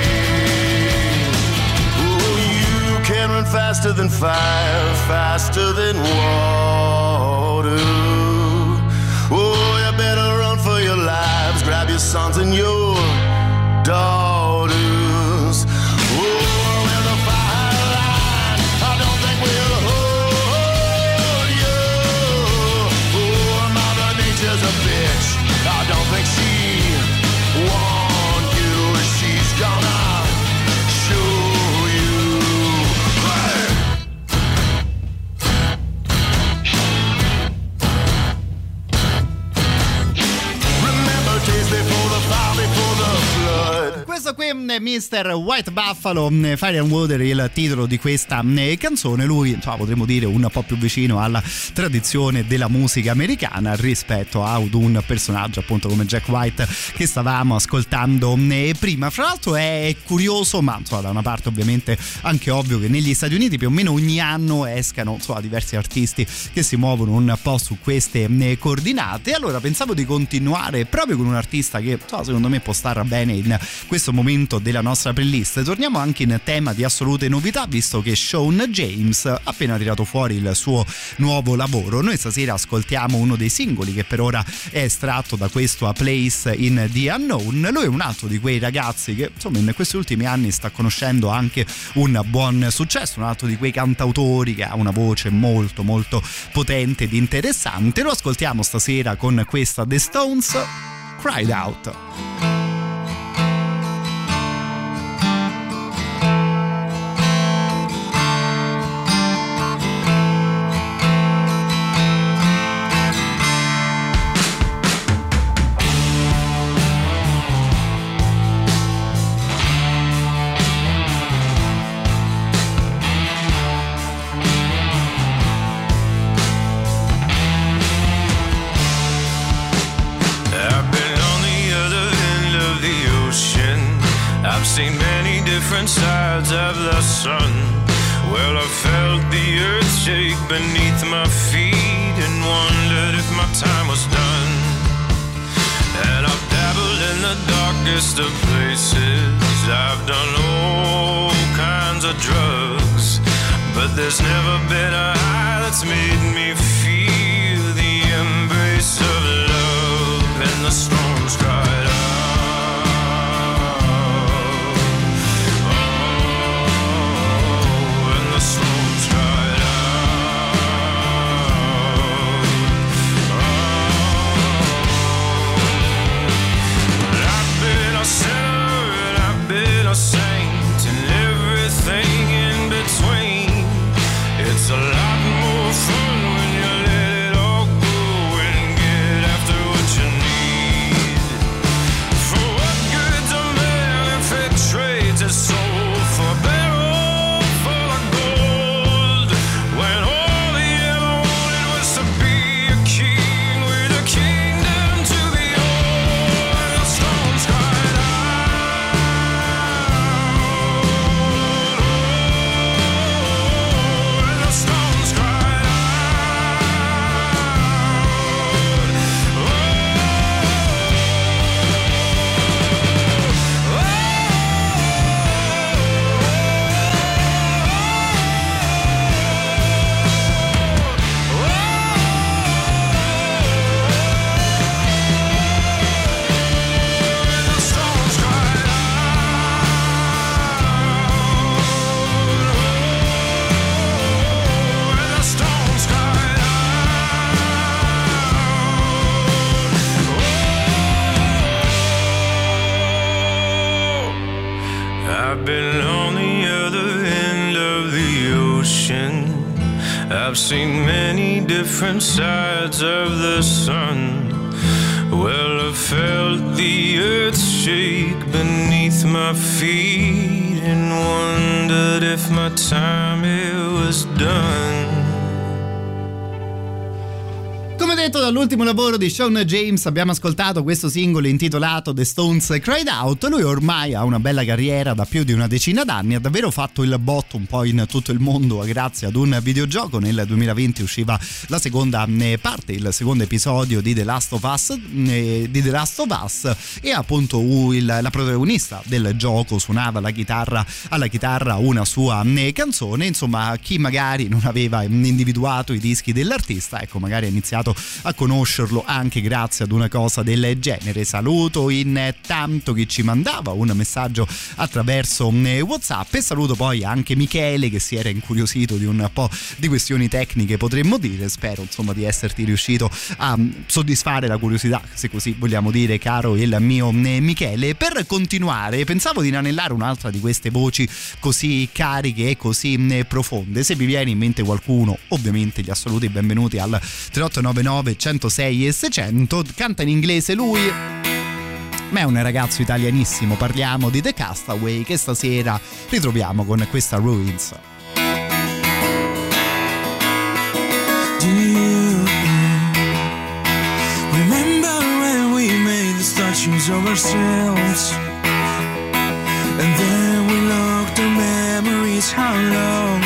Oh, you can run faster than fire, faster than water. Oh, you better run for your lives, grab your sons and your daughters. Oh, we're the fire line, I don't think we'll hold you. Oh, Mother Nature's a bitch, I don't think she won you, she's gonna show you. Hey! Remember days before the fire, before the flood. questo qui Mr. White Buffalo, Fire and Water, il titolo di questa canzone. Lui, potremmo dire, un po' più vicino alla tradizione della musica americana rispetto ad un personaggio appunto come Jack White che stavamo ascoltando prima. Fra l'altro è curioso, ma da una parte ovviamente anche ovvio, che negli Stati Uniti più o meno ogni anno escano diversi artisti che si muovono un po' su queste coordinate. Allora pensavo di continuare proprio con un artista che secondo me può stare bene in questo momento della nostra playlist. Torniamo anche in tema di assolute novità, visto che Shawn James ha appena tirato fuori il suo nuovo lavoro. Noi stasera ascoltiamo uno dei singoli che per ora è estratto da questo A Place in the Unknown. Lui è un altro di quei ragazzi che in questi ultimi anni sta conoscendo anche un buon successo, un altro di quei cantautori che ha una voce molto molto potente ed interessante. Lo ascoltiamo stasera con questa The Stones, Cried Out. Seen many different sides of the sun. Well, I felt the earth shake beneath my feet and wondered if my time was done. And I've dabbled in the darkest of places. I've done all kinds of drugs, but there's never been a high that's made me feel the embrace of love. And the storms cried out. It's a lot more fun when you let it all go and get after what you need. For what good's a man if it trades his soul for a barrel full of gold, when all he ever wanted was to be a king with a kingdom to behold. And the stones cried out, and the stones cried I've been on the other end of the ocean. I've seen many different sides of the sun. Well, I felt the earth shake beneath my feet and wondered if my time it was done. Come detto, dall'ultimo lavoro di Shawn James abbiamo ascoltato questo singolo intitolato The Stones Cried Out. Lui ormai ha una bella carriera da più di una decina d'anni, ha davvero fatto il botto un po' in tutto il mondo grazie ad un videogioco. Nel 2020 usciva la seconda parte, il secondo episodio di The Last of Us, e appunto la protagonista del gioco suonava alla chitarra una sua canzone. Insomma, chi magari non aveva individuato i dischi dell'artista, ecco, magari ha iniziato a conoscerlo anche grazie ad una cosa del genere. Saluto in tanto chi ci mandava un messaggio attraverso WhatsApp, e saluto poi anche Michele che si era incuriosito di un po' di questioni tecniche, potremmo dire. Spero insomma di esserti riuscito a soddisfare la curiosità, se così vogliamo dire, caro il mio Michele. Per continuare, pensavo di inanellare un'altra di queste voci così cariche e così profonde. Se vi viene in mente qualcuno, ovviamente gli assoluti benvenuti al 3899 106 e 600. Canta in inglese lui, ma è un ragazzo italianissimo. Parliamo di The Castaway, che stasera ritroviamo con questa Ruins. Do you remember when we made the statues of ourselves? And then we locked our memories, how long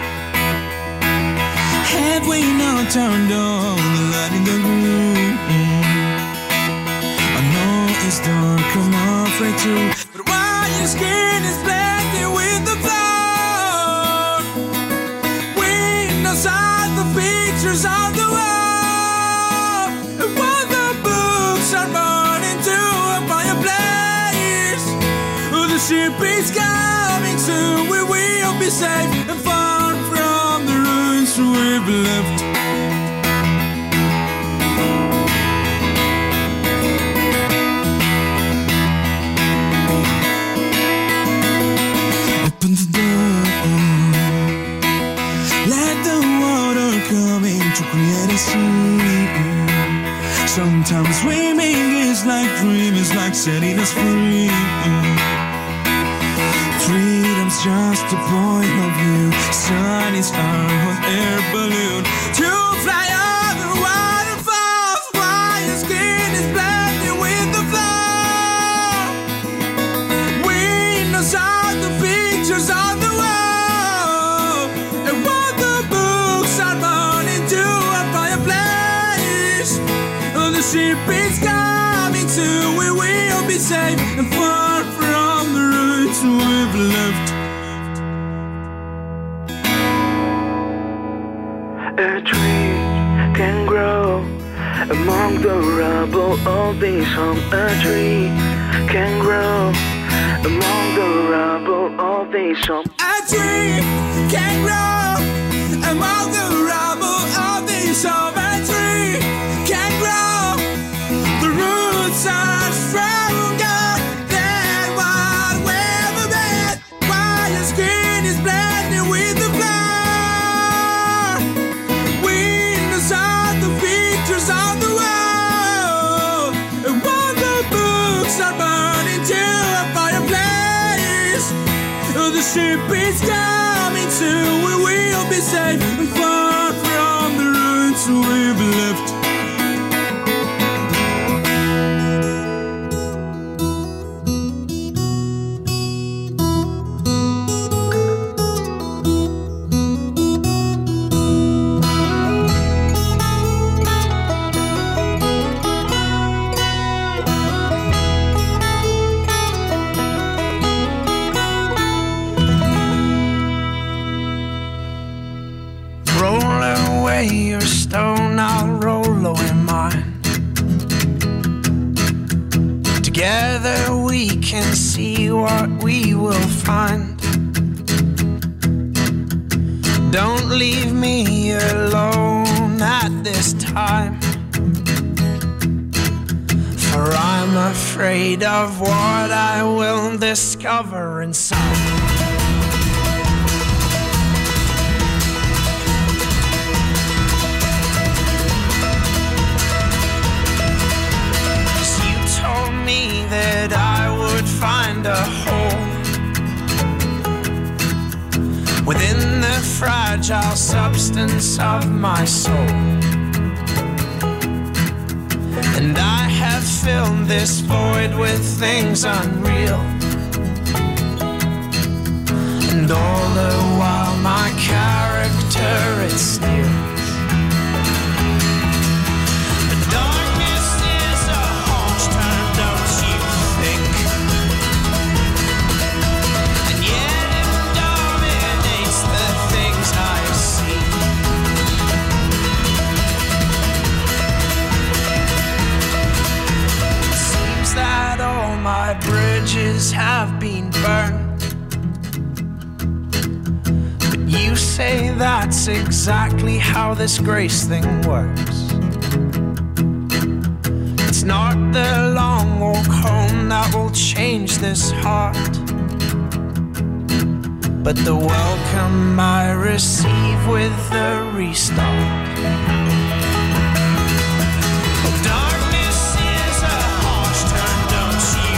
have we not turned on the light in the room? I know it's dark, I'm afraid to, but why your skin is blending with the floor? Windows are the pictures on the wall, and while the books are burning to a fireplace, the ship is coming soon, we will be safe and far from the ruins we've left. Open the door, let the water come in to create a scene. Sometimes swimming is like dreaming, it's like setting us free. Freedom's just a point of view. Sun is our hot air balloon to fly over waterfalls. Why your skin is blending with the floor? Windows are the pictures on the wall, and while the books are burning to a fireplace, the ship is coming soon. We will be safe and far from the roots we've left. A tree can grow among the rubble of this home. A tree can grow among the rubble of this home. A tree can grow among the rubble of this home. A tree can grow. The roots are stronger than what we've ever been. While your skin is blending with the floor. Windows are the pictures on the wall, and while the books are burning to a fireplace, the ship is coming soon. We will be safe and far from the roots we've left. Roll away your stone, I'll roll away mine. Together we can see what we will find. Don't leave me alone at this time, for I'm afraid of what I will discover inside. That I would find a hole within the fragile substance of my soul, and I have filled this void with things unreal, and all the while my character it steals. My bridges have been burned, but you say that's exactly how this grace thing works. It's not the long walk home that will change this heart, but the welcome I receive with the restart. Darkness is a harsh term, don't you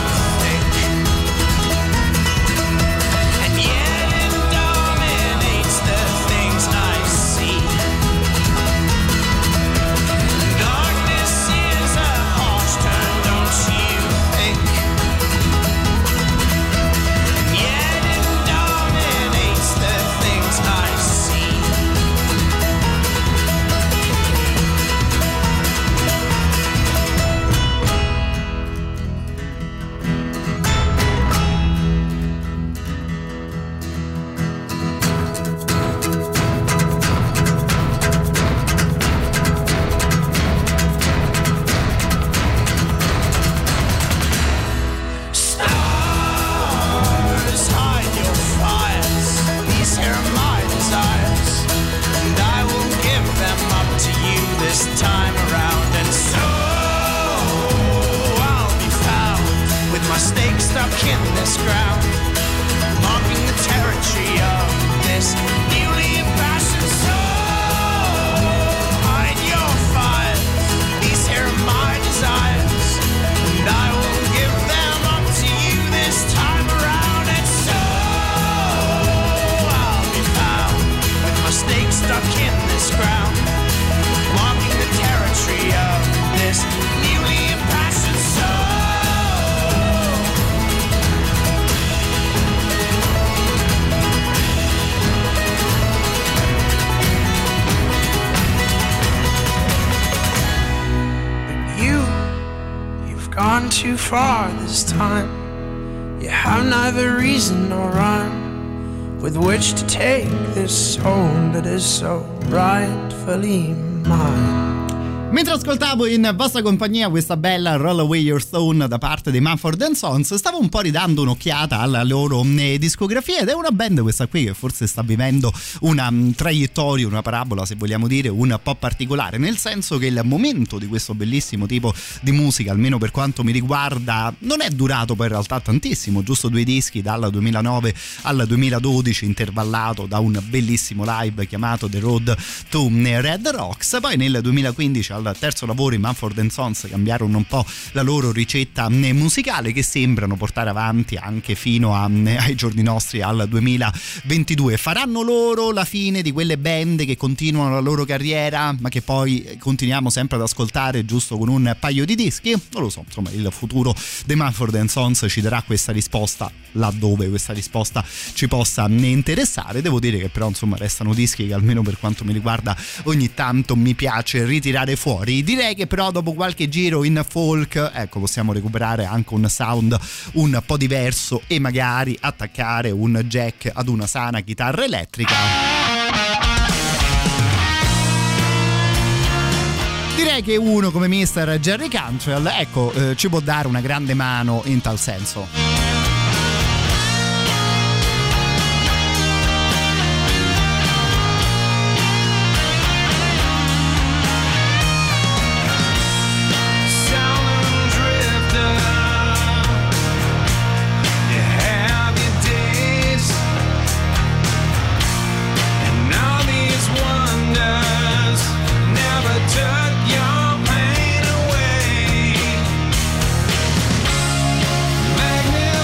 gone too far this time. You have neither reason nor rhyme with which to take this soul that is so rightfully mine. Mentre ascoltavo in vostra compagnia questa bella Roll Away Your Stone da parte dei Mumford & Sons, stavo un po' ridando un'occhiata alla loro discografia, ed è una band questa qui che forse sta vivendo una traiettoria, una parabola se vogliamo dire un po' particolare, nel senso che il momento di questo bellissimo tipo di musica, almeno per quanto mi riguarda, non è durato poi in realtà tantissimo, giusto 2 dischi dal 2009 al 2012, intervallato da un bellissimo live chiamato The Road to Red Rocks. Poi nel 2015 al terzo lavoro i Mumford & Sons cambiarono un po' la loro ricetta musicale, che sembrano portare avanti anche fino ai giorni nostri, al 2022. Faranno loro la fine di quelle band che continuano la loro carriera ma che poi continuiamo sempre ad ascoltare giusto con un paio di dischi? Non lo so, insomma il futuro dei Mumford & Sons ci darà questa risposta laddove questa risposta ci possa interessare. Devo dire che però insomma restano dischi che almeno per quanto mi riguarda ogni tanto mi piace ritirare fuori. Direi che però dopo qualche giro in folk, ecco, possiamo recuperare anche un sound un po' diverso e magari attaccare un jack ad una sana chitarra elettrica. Direi che uno come Mr. Jerry Cantrell, ecco, ci può dare una grande mano in tal senso. Magnet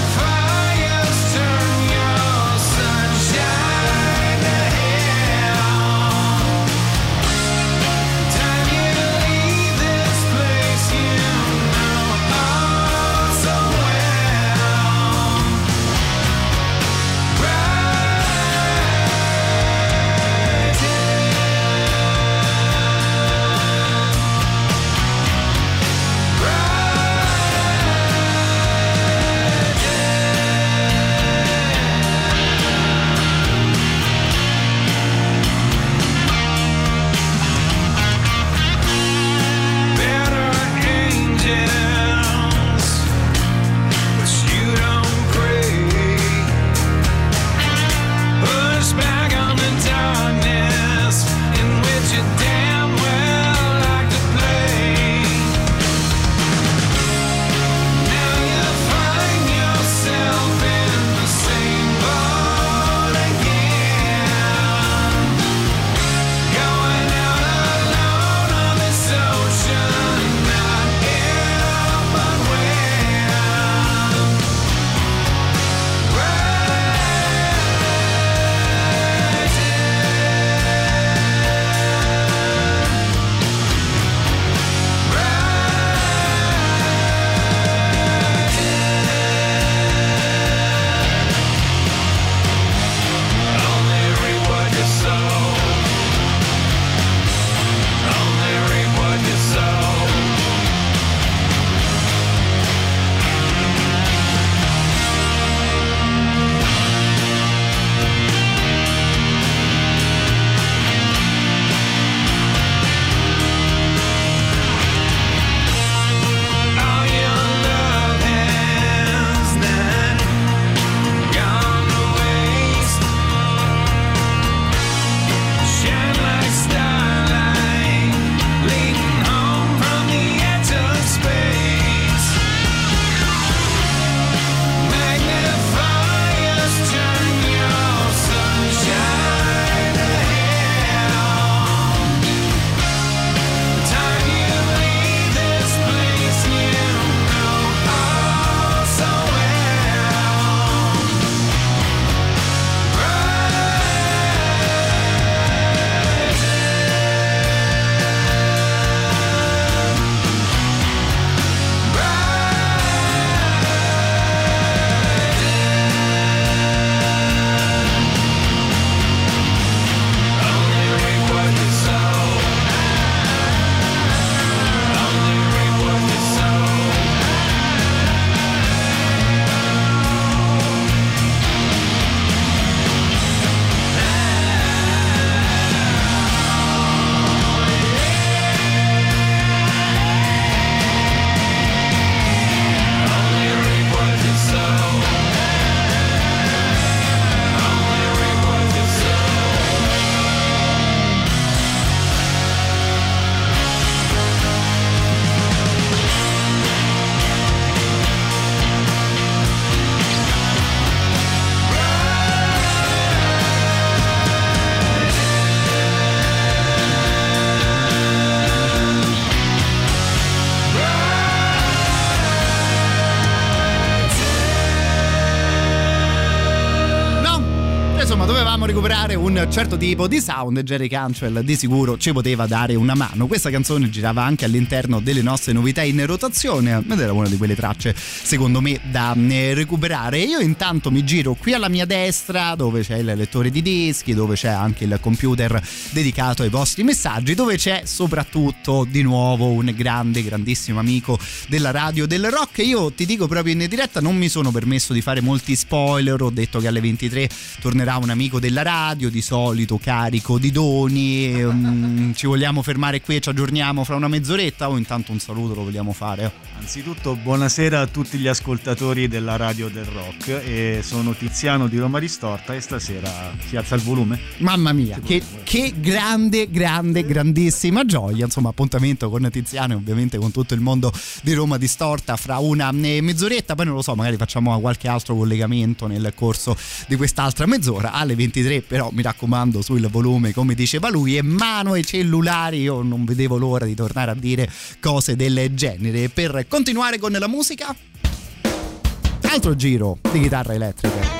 insomma dovevamo recuperare un certo tipo di sound. Jerry Cantrell di sicuro ci poteva dare una mano. Questa canzone girava anche all'interno delle nostre novità in rotazione ed era una di quelle tracce secondo me da recuperare. Io intanto mi giro qui alla mia destra, dove c'è il lettore di dischi, dove c'è anche il computer dedicato ai vostri messaggi, dove c'è soprattutto di nuovo un grandissimo amico della radio del rock. Io ti dico proprio in diretta, non mi sono permesso di fare molti spoiler, ho detto che alle 23 tornerà un amico della radio, di solito carico di doni. Ci vogliamo fermare qui e ci aggiorniamo fra una mezz'oretta o intanto un saluto lo vogliamo fare? Anzitutto buonasera a tutti gli ascoltatori della radio del rock, e sono Tiziano di Roma Ristorta e stasera si alza il volume. Mamma mia, che grandissima gioia, insomma appuntamento con Tiziano e ovviamente con tutto il mondo di Roma Distorta fra una mezz'oretta, poi non lo so, magari facciamo qualche altro collegamento nel corso di quest'altra mezz'ora. Alle 23 però mi raccomando sul volume, come diceva lui, e mano ai cellulari. Io non vedevo l'ora di tornare a dire cose del genere. Per continuare con la musica, altro giro di chitarra elettrica.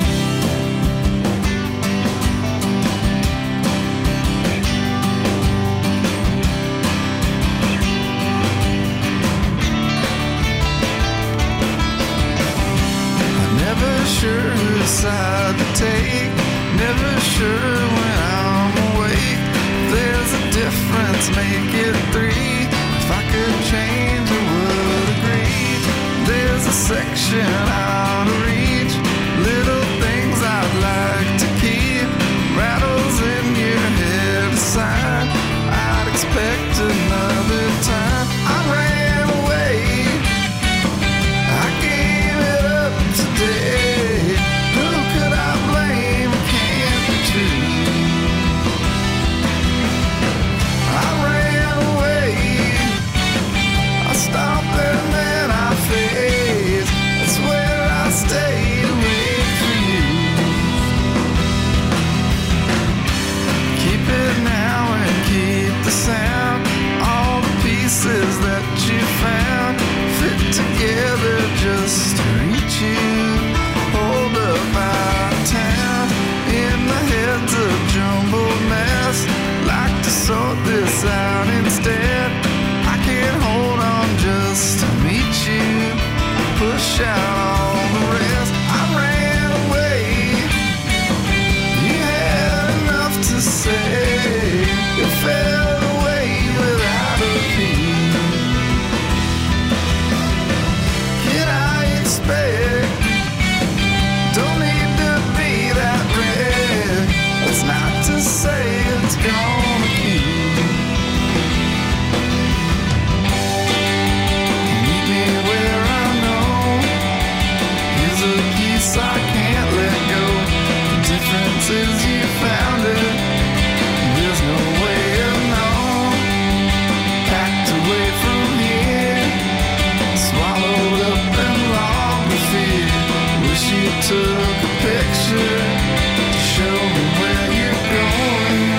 Sure whose side to take, never sure when I'm awake. There's a difference, make it three. If I could change, I would agree. There's a section out of reach, little things I'd like to keep. Rattles in your head aside, I'd expect another time. I ran away, I gave it up today. That you found fit together just to reach you. Hold up out of town in the heads of jumbled mess. Like to sort this out instead. I can't hold on just to meet you. Push out all the rest. I ran away. You had enough to say. You fell away without a peace. Don't need to be that red. That's not to say it's gonna keep. Meet me where I know. Here's a piece I can't let go. The difference is you found it. There's no way of knowing. Packed away from here, swallowed up and long to fear. Wish you took a picture to show me where you're going.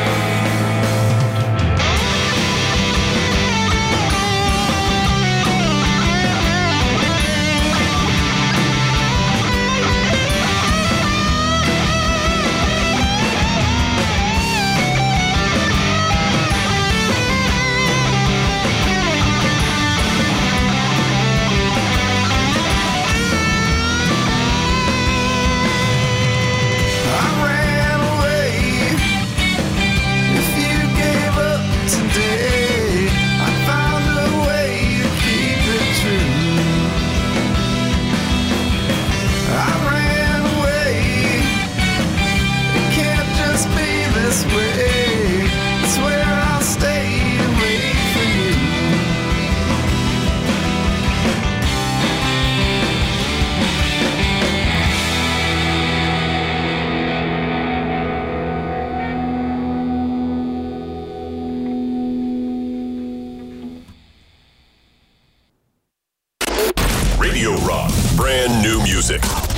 Radio Rock, brand new music.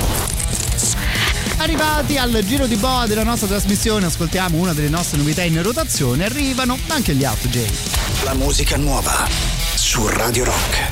Arrivati al giro di boa della nostra trasmissione, ascoltiamo una delle nostre novità in rotazione. Arrivano anche gli Out J. La musica nuova su Radio Rock.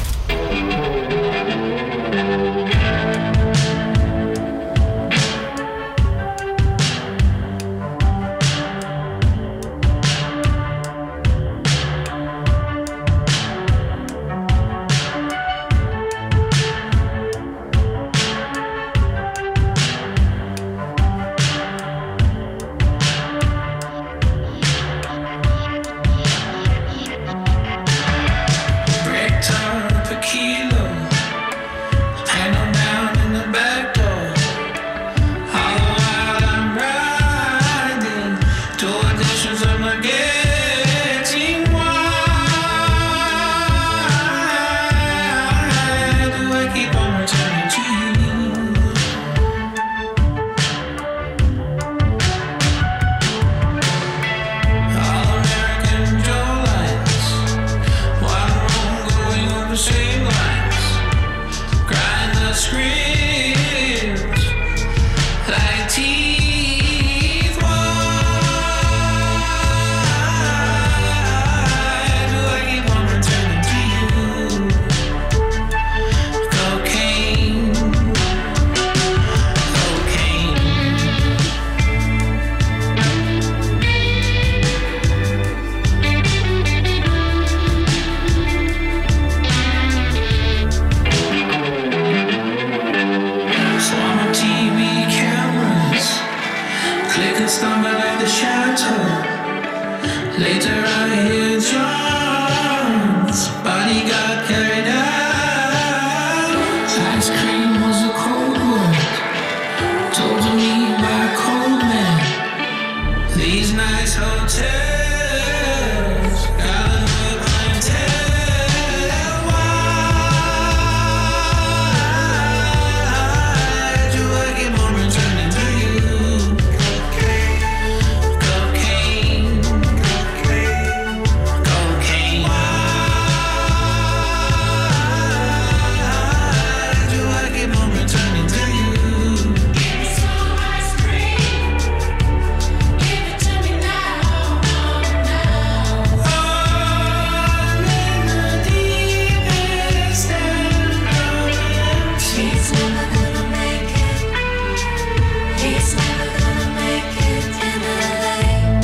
script like teeth. Why do I keep on returning to you? Cocaine, cocaine. Swarm of TV cameras, click and stumble at the chateau. Later I hear John's body got carried out. Ice cream was a cold word told to me by a cold man. These nice hotels got another clientele. Why do I keep on returning to you? Cocaine, cocaine, cocaine. Why do I keep on returning to you? Give me some ice cream. Give it to me now, now. I'm in the deepest end of empty. He's never gonna make it. He's never gonna make it in LA.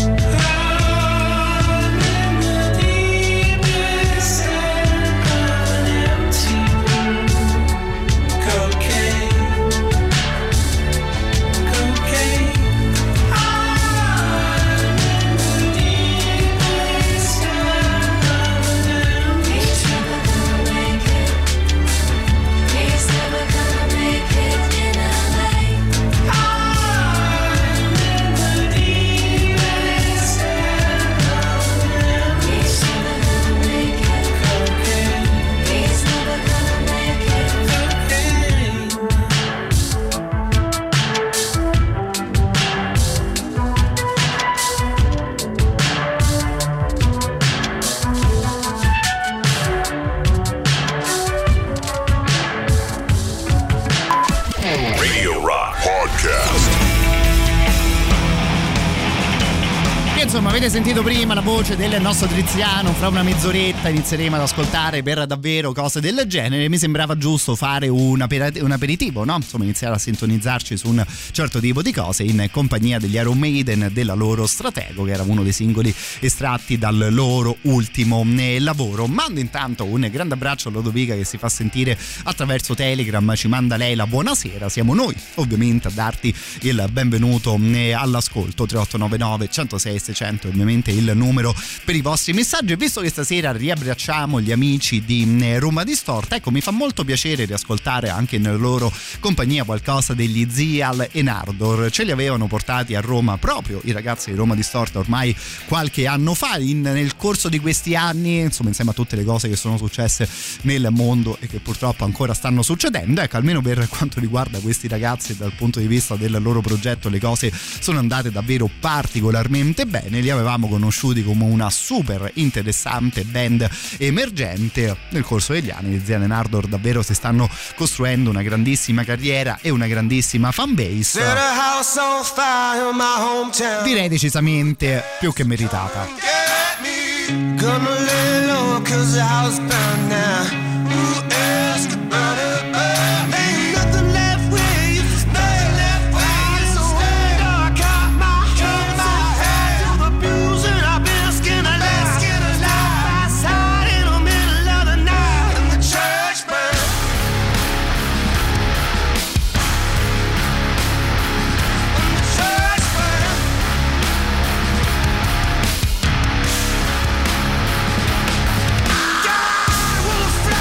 I'm in the deepest end of an empty room. Cocaine, cocaine. I'm in the deepest end of an empty. He's never gonna make it. He's never gonna make it in LA. I'm in the deepest end of an empty. He's never gonna make it. Cocaine. He's never gonna make it. Radio Rock Podcast. E insomma, avete sentito prima la voce del nostro Triziano. Fra una mezz'oretta inizieremo ad ascoltare per davvero cose del genere. Mi sembrava giusto fare un aperitivo, no? Insomma, iniziare a sintonizzarci su un certo tipo di cose in compagnia degli Iron Maiden, della loro Stratego, che era uno dei singoli estratti dal loro ultimo lavoro. Mando intanto un grande abbraccio a Lodovica, che si fa sentire attraverso Telegram, ci manda lei la buonasera. Siamo noi ovviamente a darti il benvenuto all'ascolto. 3899 106 600 ovviamente il numero per i vostri messaggi. E visto che stasera riabbracciamo gli amici di Roma Distorta, ecco, mi fa molto piacere riascoltare anche nella loro compagnia qualcosa degli Zial e Nardor. Ce li avevano portati a Roma proprio i ragazzi di Roma Distorta ormai qualche anno fa. Nel corso di questi anni, insomma, insieme a tutte le cose che sono successe nel mondo e che purtroppo ancora stanno succedendo, ecco, almeno per quanto riguarda questi ragazzi dal punto di vista del loro progetto le cose sono andate davvero particolarmente bene. Li avevamo conosciuti come una super interessante band emergente. Nel corso degli anni gli Zial e Nardor davvero si stanno costruendo una grandissima carriera e una grandissima fanbase, direi decisamente più che meritata. Gonna lay low 'cause the house burned now. Who else could burn it? Ain't nothing left where you used to stay. Left where you used to stay. I caught my head to the pews and I've been skin alive. Outside in the middle of the night and the church burned. And the church burned. God will fly.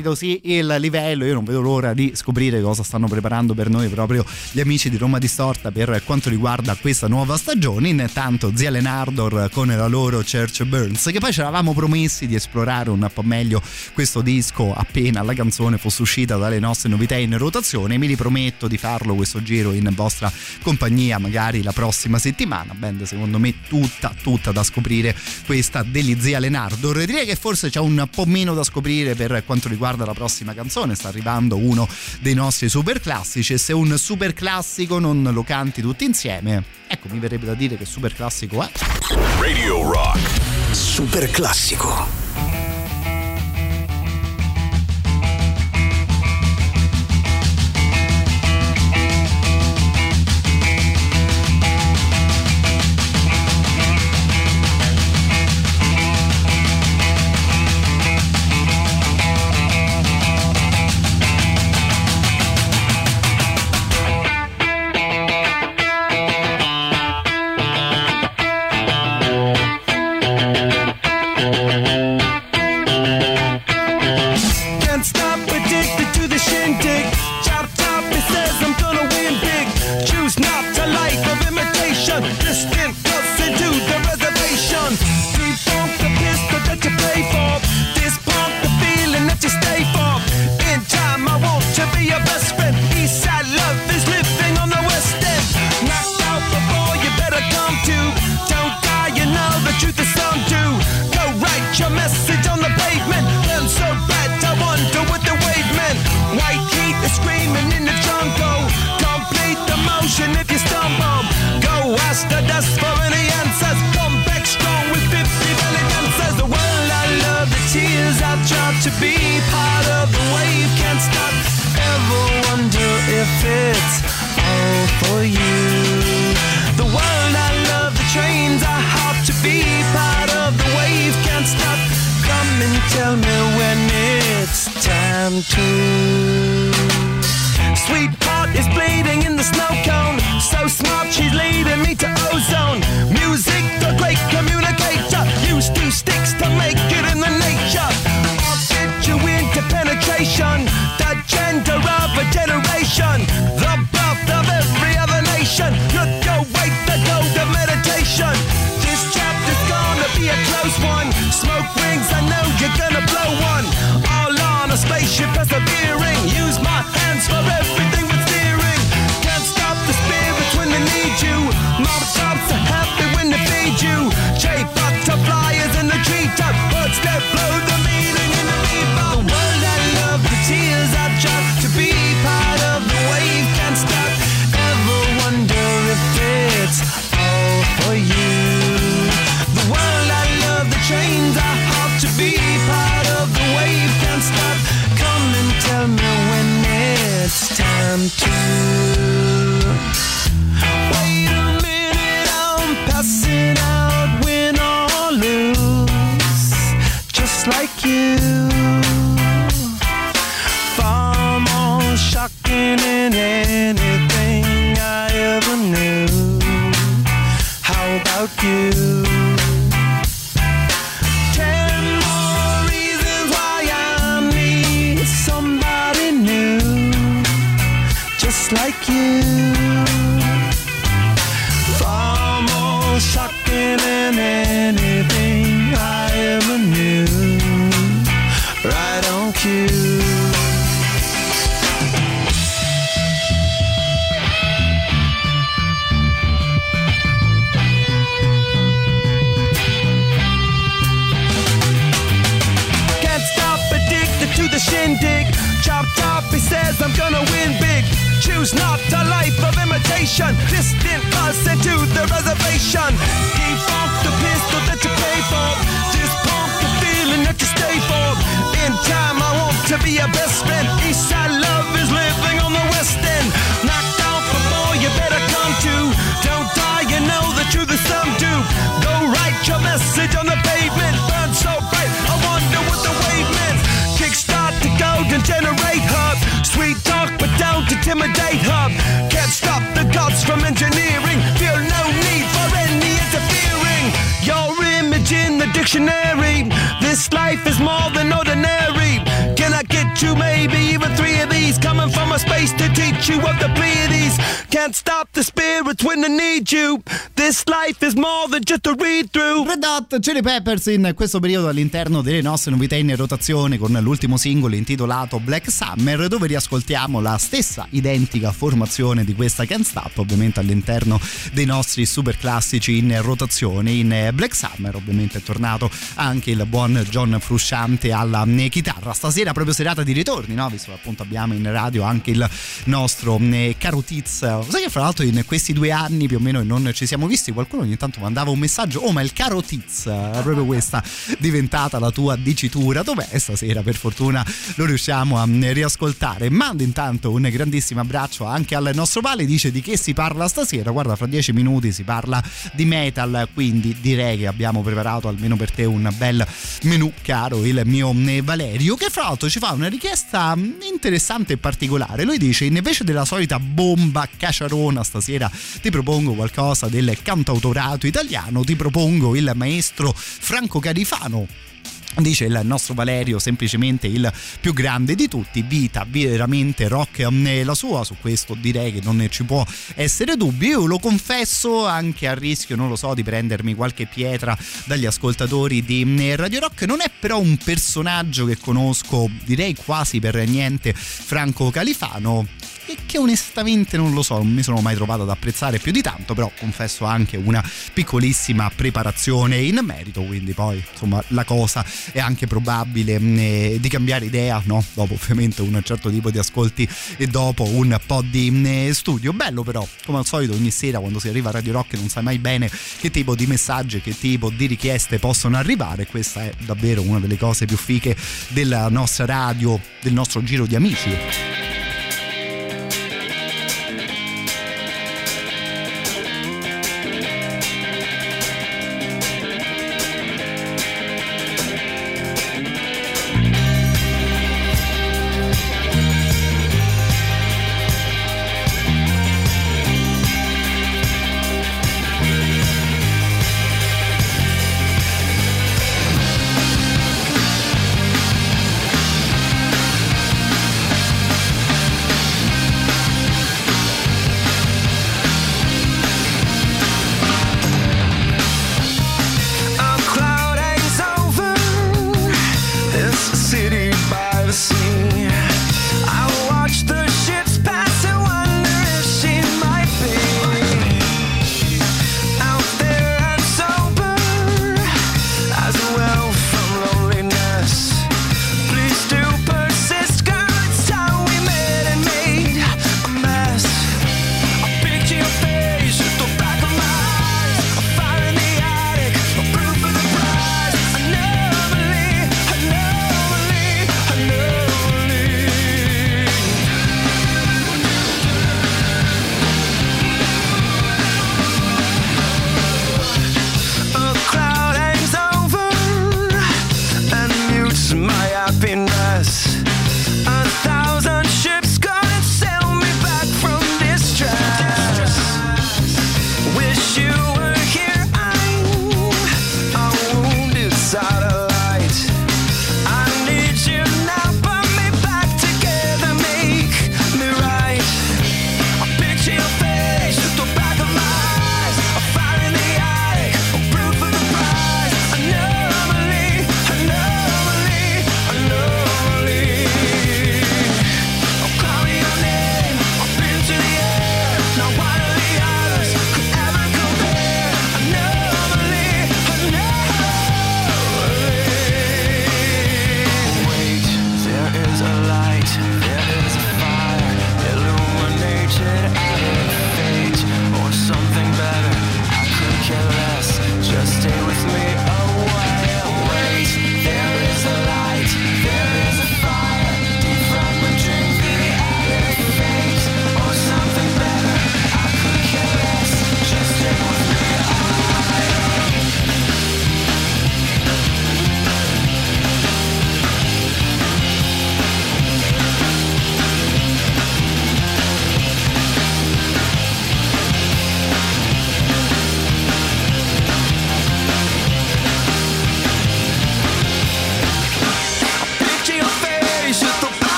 strepitosi il livello. Io non vedo l'ora di scoprire cosa stanno preparando per noi proprio gli amici di Roma Distorta per quanto riguarda questa nuova stagione. Intanto Zia Lenardor con la loro Church Burns, che poi ci eravamo promessi di esplorare un po' meglio questo disco appena la canzone fosse uscita dalle nostre novità in rotazione. Mi riprometto di farlo questo giro in vostra compagnia magari la prossima settimana. Band secondo me tutta da scoprire questa degli Zia Lenardor. Direi che forse c'è un po' meno da scoprire per quanto riguarda la prossima canzone. Sta arrivando uno dei nostri super classici, e se un super classico non lo canti tutti insieme, ecco, mi verrebbe da dire che super classico è Radio Rock Super classico. This life is more than ordinary. Can I get space to teach you of the Pleiades. Can't stop the spirits when they need you. This life is more than just a read through. Red Hot Chili Peppers in questo periodo all'interno delle nostre novità in rotazione con l'ultimo singolo intitolato Black Summer, dove riascoltiamo la stessa identica formazione di questa Can't Stop, ovviamente all'interno dei nostri super classici in rotazione. In Black Summer ovviamente è tornato anche il buon John Frusciante alla chitarra. Stasera proprio serata di ritorni, no? Visto che appunto abbiamo in radio anche il nostro caro Tiz. Sai che fra l'altro in questi 2 anni più o meno non ci siamo visti, qualcuno ogni tanto mandava un messaggio: oh, ma il caro Tiz, proprio questa diventata la tua dicitura. Dov'è stasera? Per fortuna lo riusciamo a riascoltare. Mando intanto un grandissimo abbraccio anche al nostro Vale, dice: di che si parla stasera? Guarda, fra 10 minuti si parla di metal, quindi direi che abbiamo preparato almeno per te un bel menù, caro il mio Valerio, che fra l'altro ci fa una richiesta interessante e particolare. Lui dice: invece della solita bomba caciarona stasera ti propongo qualcosa del cantautorato italiano, ti propongo il maestro Franco Califano. Dice il nostro Valerio, semplicemente il più grande di tutti, vita veramente rock la sua. Su questo direi che non ci può essere dubbio. Io lo confesso, anche a rischio, non lo so, di prendermi qualche pietra dagli ascoltatori di Radio Rock, non è però un personaggio che conosco, direi quasi per niente, Franco Califano, e che onestamente non lo so, non mi sono mai trovato ad apprezzare più di tanto, però confesso anche una piccolissima preparazione in merito, quindi poi insomma la cosa è anche probabile di cambiare idea, no? Dopo ovviamente un certo tipo di ascolti e dopo un po' di studio. Bello però, come al solito ogni sera quando si arriva a Radio Rock non sai mai bene che tipo di messaggi, che tipo di richieste possono arrivare. Questa è davvero una delle cose più fiche della nostra radio, del nostro giro di amici.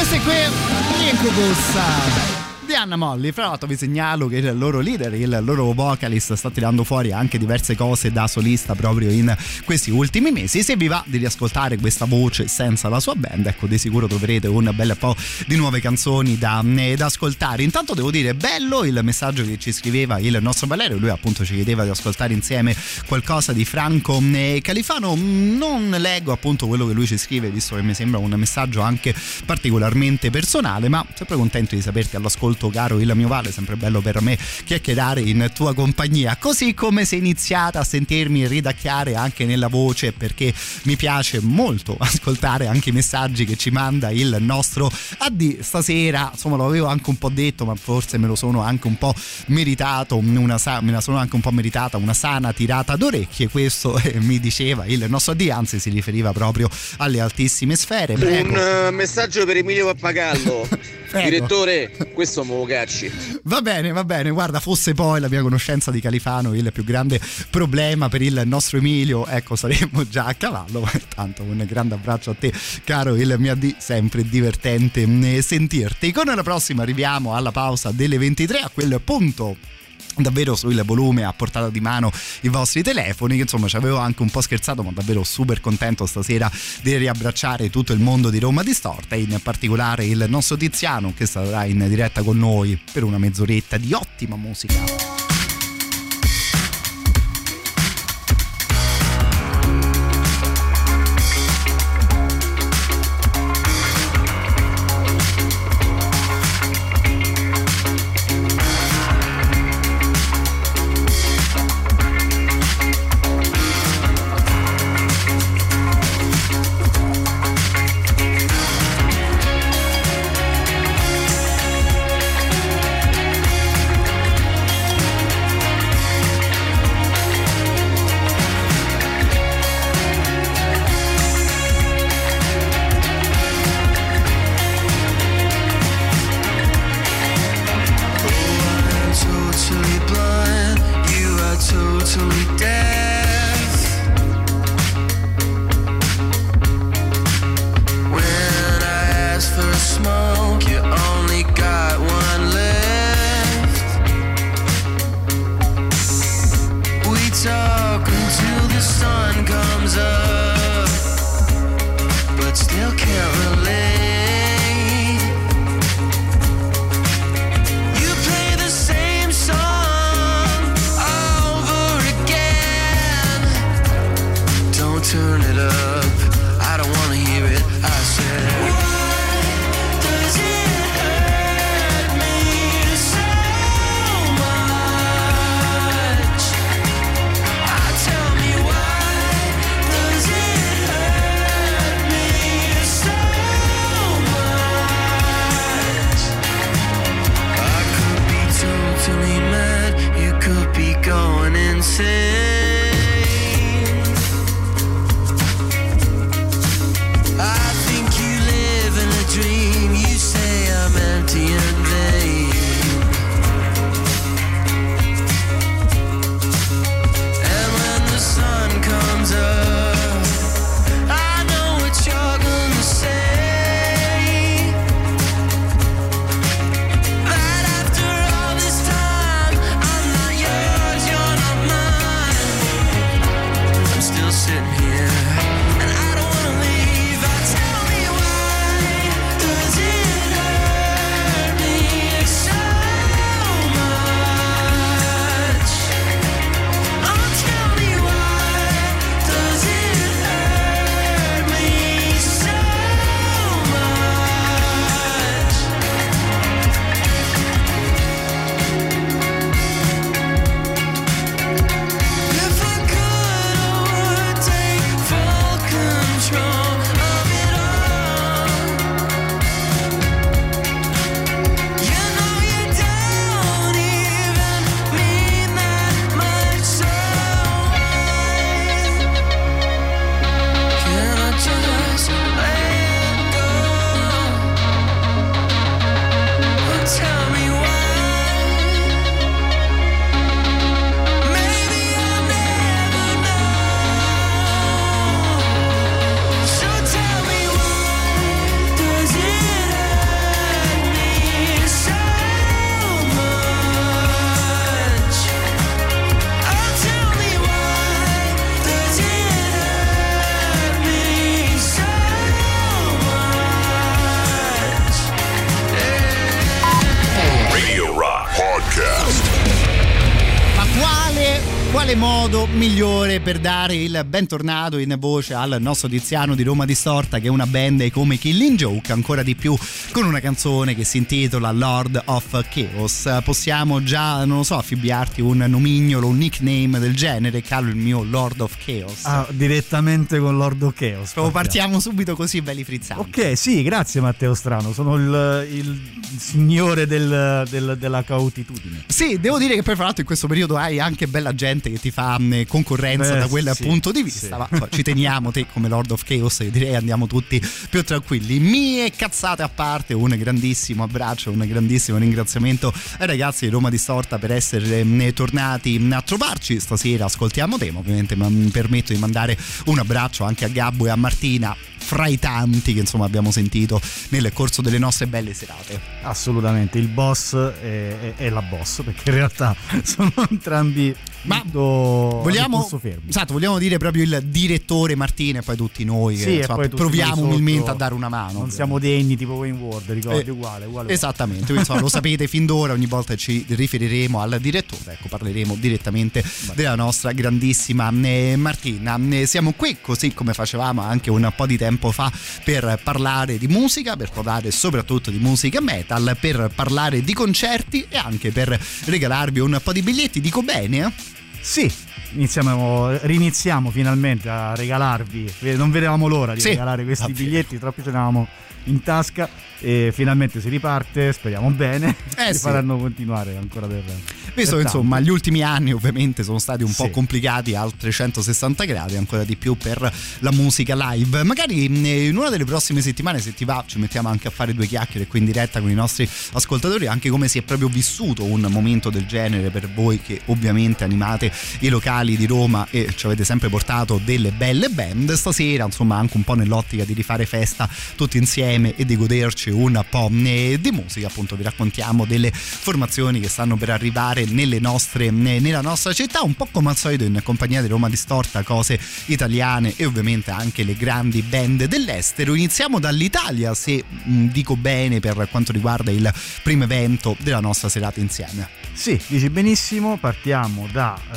Questi qui, Incubus di Anna Molly. Fra l'altro vi segnalo che il loro leader, il loro vocalist, sta tirando fuori anche diverse cose da solista proprio in questi ultimi mesi. Se vi va di riascoltare questa voce senza la sua band, ecco, di sicuro troverete un bel po' di nuove canzoni da ascoltare. Intanto devo dire, bello il messaggio che ci scriveva il nostro Valerio. Lui appunto ci chiedeva di ascoltare insieme qualcosa di Franco Califano. Non leggo appunto quello che lui ci scrive, visto che mi sembra un messaggio anche particolarmente personale, ma sempre contento di saperti all'ascolto, caro il mio Vale. Sempre bello per me chiacchierare in tua compagnia, così come sei iniziata a sentirmi ridacchiare anche nella voce, perché mi piace molto ascoltare anche i messaggi che ci manda il nostro AD stasera. Insomma, lo avevo anche un po' detto, ma forse me lo sono anche un po' meritato, me la sono anche un po' meritata una sana tirata d'orecchie. Questo mi diceva il nostro AD, anzi si riferiva proprio alle altissime sfere. Prego. Un messaggio per Emilio Pappagallo. Direttore, questo me lo cacci. Va bene, guarda, fosse poi la mia conoscenza di Califano il più grande problema per il nostro Emilio, ecco, saremmo già a cavallo. Ma intanto un grande abbraccio a te, caro il mio AD, sempre divertente sentirti. Con la prossima arriviamo alla pausa delle 23, a quel punto davvero sul volume a portata di mano i vostri telefoni, che insomma ci avevo anche un po' scherzato, ma davvero super contento stasera di riabbracciare tutto il mondo di Roma Distorta, e in particolare il nostro Tiziano, che sarà in diretta con noi per una mezz'oretta di ottima musica. Mine. quale modo migliore per dare il bentornato in voce al nostro Tiziano di Roma Distorta, che è una band come Killing Joke, ancora di più con una canzone che si intitola Lord of Chaos. Possiamo già, non lo so, affibbiarti un nomignolo, un nickname del genere, caro il mio Lord of Chaos? Direttamente con Lord of Chaos. Partiamo subito così belli frizzanti. Ok, sì, grazie Matteo Strano, sono il signore della cautitudine. Sì, devo dire che poi fra l'altro in questo periodo hai anche bella gente che ti fa concorrenza da quel punto di vista, sì. Ma ci teniamo, te come Lord of Chaos, io direi andiamo tutti più tranquilli. Mie cazzate a parte, un grandissimo abbraccio, un grandissimo ringraziamento ai ragazzi di Roma Distorta per essere tornati a trovarci stasera. Ascoltiamo tema, ovviamente, ma mi permetto di mandare un abbraccio anche a Gabbo e a Martina, fra i tanti che insomma abbiamo sentito nel corso delle nostre belle serate. Assolutamente, il boss è la boss, perché in realtà sono entrambi vogliamo dire proprio il direttore Martina e poi tutti noi che insomma, proviamo umilmente a dare una mano. Non siamo degni tipo Wayne Ward, ricordi, uguale. Esattamente, insomma, lo sapete fin d'ora, ogni volta ci riferiremo al direttore, ecco, parleremo direttamente della nostra grandissima Martina. Siamo qui così come facevamo anche un po' di tempo fa per parlare di musica, per parlare soprattutto di musica metal, per parlare di concerti e anche per regalarvi un po' di biglietti. Dico bene? Sì, riniziamo finalmente a regalarvi, non vedevamo l'ora di regalare questi biglietti, troppi ce n'avevamo in tasca e finalmente si riparte, speriamo bene, si faranno continuare ancora visto che insomma gli ultimi anni ovviamente sono stati un po' complicati al 360 gradi, ancora di più per la musica live. Magari in una delle prossime settimane, se ti va, ci mettiamo anche a fare due chiacchiere qui in diretta con i nostri ascoltatori, anche come si è proprio vissuto un momento del genere per voi che ovviamente animate i locali di Roma e ci avete sempre portato delle belle band. Stasera insomma anche un po' nell'ottica di rifare festa tutti insieme e di goderci un po' di musica, appunto vi raccontiamo delle formazioni che stanno per arrivare nella nostra città, un po' come al solito in compagnia di Roma Distorta, cose italiane e ovviamente anche le grandi band dell'estero. Iniziamo dall'Italia, se dico bene, per quanto riguarda il primo evento della nostra serata insieme. Sì, dici benissimo, partiamo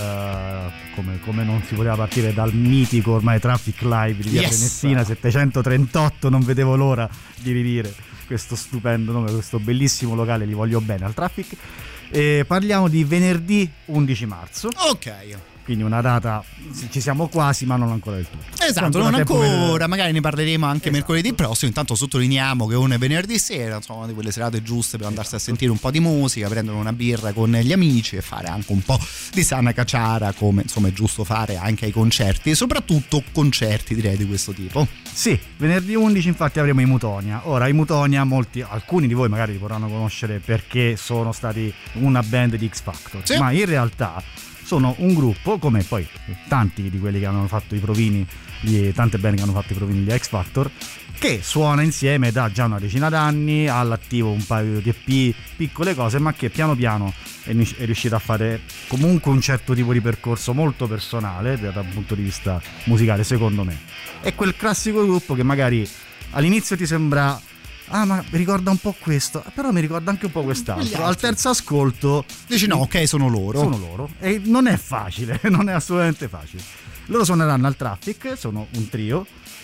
da come non si poteva partire dal mitico ormai Traffic Live di via Prenestina 738, non vedevo l'ora di ridire questo stupendo nome, questo bellissimo locale, li voglio bene al Traffic. Parliamo di venerdì 11 marzo. Ok. Quindi una data, ci siamo quasi, ma non ancora del tutto. Esatto, non ancora, magari ne parleremo anche mercoledì prossimo. Intanto sottolineiamo che è un venerdì sera, insomma, di quelle serate giuste per andarsi a sentire un po' di musica, prendere una birra con gli amici e fare anche un po' di sana cacciara, come insomma è giusto fare anche ai concerti, soprattutto concerti direi di questo tipo. Sì, venerdì 11 infatti avremo i Mutonia. Ora i Mutonia, alcuni di voi magari li potranno conoscere perché sono stati una band di X Factor, ma in realtà sono un gruppo, come poi tanti di quelli che hanno fatto i provini, tante band che hanno fatto i provini di X Factor, che suona insieme da già una decina d'anni, ha all'attivo un paio di EP, piccole cose, ma che piano piano è riuscita a fare comunque un certo tipo di percorso molto personale dal punto di vista musicale, secondo me. È quel classico gruppo che magari all'inizio ti sembra ma mi ricorda un po' questo, però mi ricorda anche un po' quest'altro. Al terzo ascolto dici no, ok, sono loro. E non è facile, non è assolutamente facile. Loro suoneranno al Traffic, sono un trio,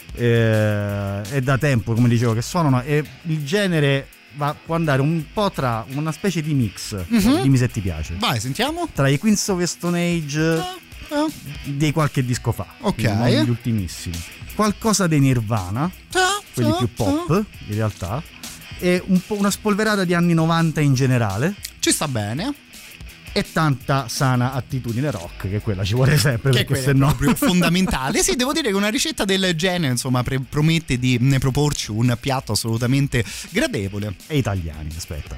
è da tempo, come dicevo, che suonano, e il genere può andare un po' tra una specie di mix. Dimmi se ti piace. Vai, sentiamo. Tra i Queens of the Stone Age di qualche disco fa, ok, non gli ultimissimi, qualcosa dei Nirvana, quelli più pop in realtà, e un po' una spolverata di anni 90 in generale. Ci sta bene. E tanta sana attitudine rock, che quella ci vuole sempre, che perché se no è proprio fondamentale. Sì, devo dire che una ricetta del genere insomma promette di proporci un piatto assolutamente gradevole. E italiani, aspetta,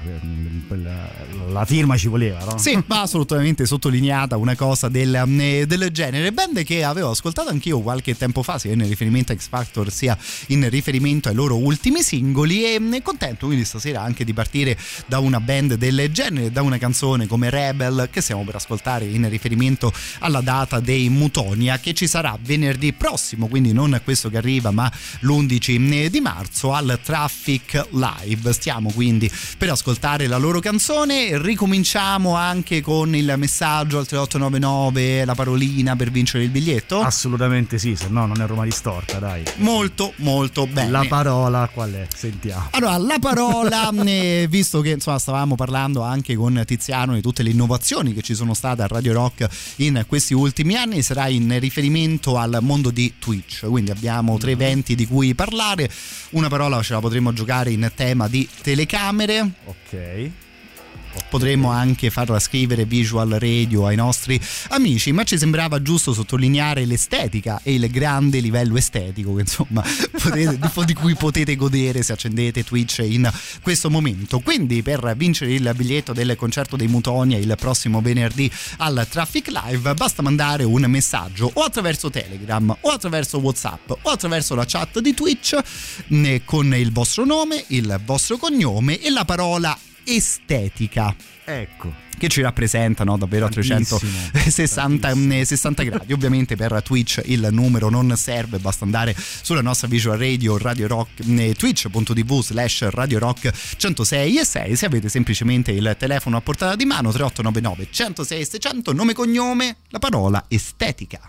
la firma ci voleva, no? Sì, va assolutamente sottolineata una cosa del genere. Band che avevo ascoltato anch'io qualche tempo fa, sia in riferimento a X Factor sia in riferimento ai loro ultimi singoli, e contento quindi stasera anche di partire da una band del genere, da una canzone come Rebel Rebel, che stiamo per ascoltare in riferimento alla data dei Mutonia, che ci sarà venerdì prossimo, quindi non questo che arriva ma l'11 di marzo al Traffic Live. Stiamo quindi per ascoltare la loro canzone. Ricominciamo anche con il messaggio al 3899, la parolina per vincere il biglietto? Assolutamente sì, se no non è Roma distorta, dai. Molto molto bene. La parola qual è? Sentiamo. Allora, la parola, visto che insomma stavamo parlando anche con Tiziano di tutte le innovazioni che ci sono state a Radio Rock in questi ultimi anni, sarà in riferimento al mondo di Twitch. Quindi abbiamo 3 eventi di cui parlare. Una parola ce la potremo giocare in tema di telecamere. Ok. Potremmo anche farla scrivere Visual Radio ai nostri amici, ma ci sembrava giusto sottolineare l'estetica e il grande livello estetico che insomma di cui potete godere se accendete Twitch in questo momento. Quindi per vincere il biglietto del concerto dei Mutonia il prossimo venerdì al Traffic Live basta mandare un messaggio o attraverso Telegram o attraverso WhatsApp o attraverso la chat di Twitch con il vostro nome, il vostro cognome e la parola estetica, ecco, che ci rappresentano davvero a 360 gradi. Ovviamente per Twitch il numero non serve, basta andare sulla nostra Visual Radio, Radio Rock, twitch.tv/Radio Rock 106.6. Se avete semplicemente il telefono a portata di mano, 3899 106 600, nome cognome, la parola estetica.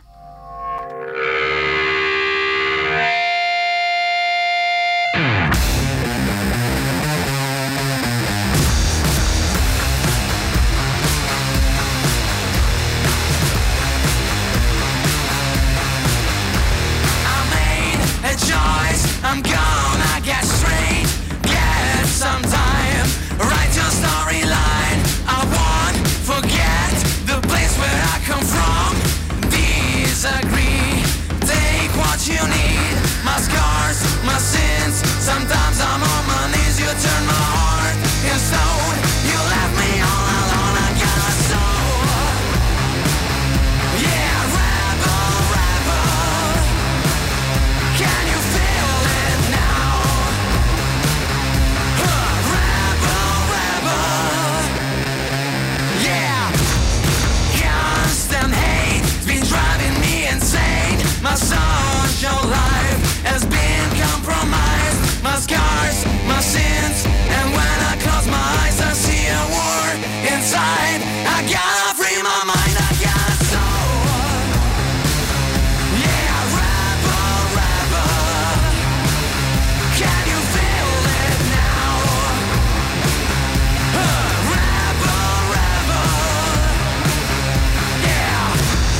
I'm gonna get straight, get some time, write your storyline. I won't forget the place where I come from. Disagree, take what you need. My scars, my sins, sometimes I'm on my knees. You turn my heart in stone, you left me all alone. I got a soul, yeah, rebel, rebel. Can you feel it now? Rebel, rebel. Yeah. Constant hate's been driving me insane. My social life has been compromised. My scars, my sins, and when I close my eyes I see a war inside. I gotta free my mind, I got a soul. Yeah, rebel, rebel. Can you feel it now? Rebel, rebel. Yeah.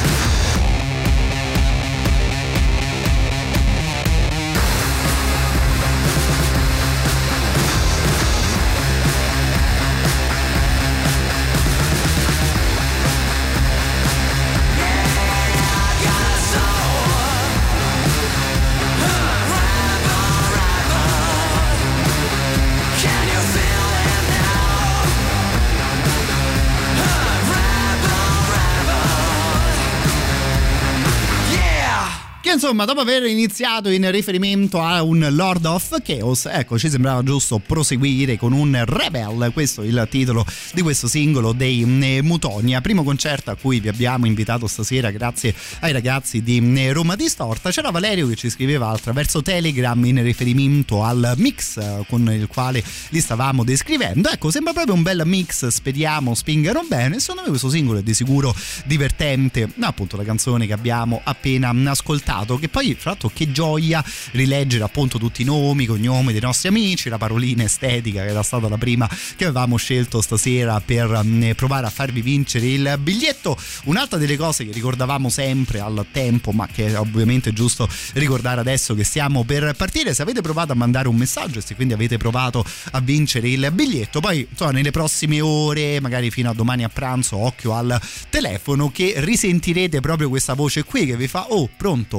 Che insomma, dopo aver iniziato in riferimento a un Lord of Chaos, ecco, ci sembrava giusto proseguire con un Rebel. Questo è il titolo di questo singolo dei Mutonia, primo concerto a cui vi abbiamo invitato stasera grazie ai ragazzi di Roma Distorta. C'era Valerio che ci scriveva attraverso Telegram in riferimento al mix con il quale li stavamo descrivendo. Ecco, sembra proprio un bel mix, speriamo spingano bene. Secondo me questo singolo è di sicuro divertente, appunto la canzone che abbiamo appena ascoltato, che poi fra l'altro che gioia rileggere appunto tutti i nomi, cognomi dei nostri amici, la parolina estetica che era stata la prima che avevamo scelto stasera per provare a farvi vincere il biglietto. Un'altra delle cose che ricordavamo sempre al tempo, ma che è ovviamente giusto ricordare adesso che stiamo per partire: se avete provato a mandare un messaggio e se quindi avete provato a vincere il biglietto, poi insomma nelle prossime ore, magari fino a domani a pranzo, occhio al telefono che risentirete proprio questa voce qui che vi fa: oh, pronto?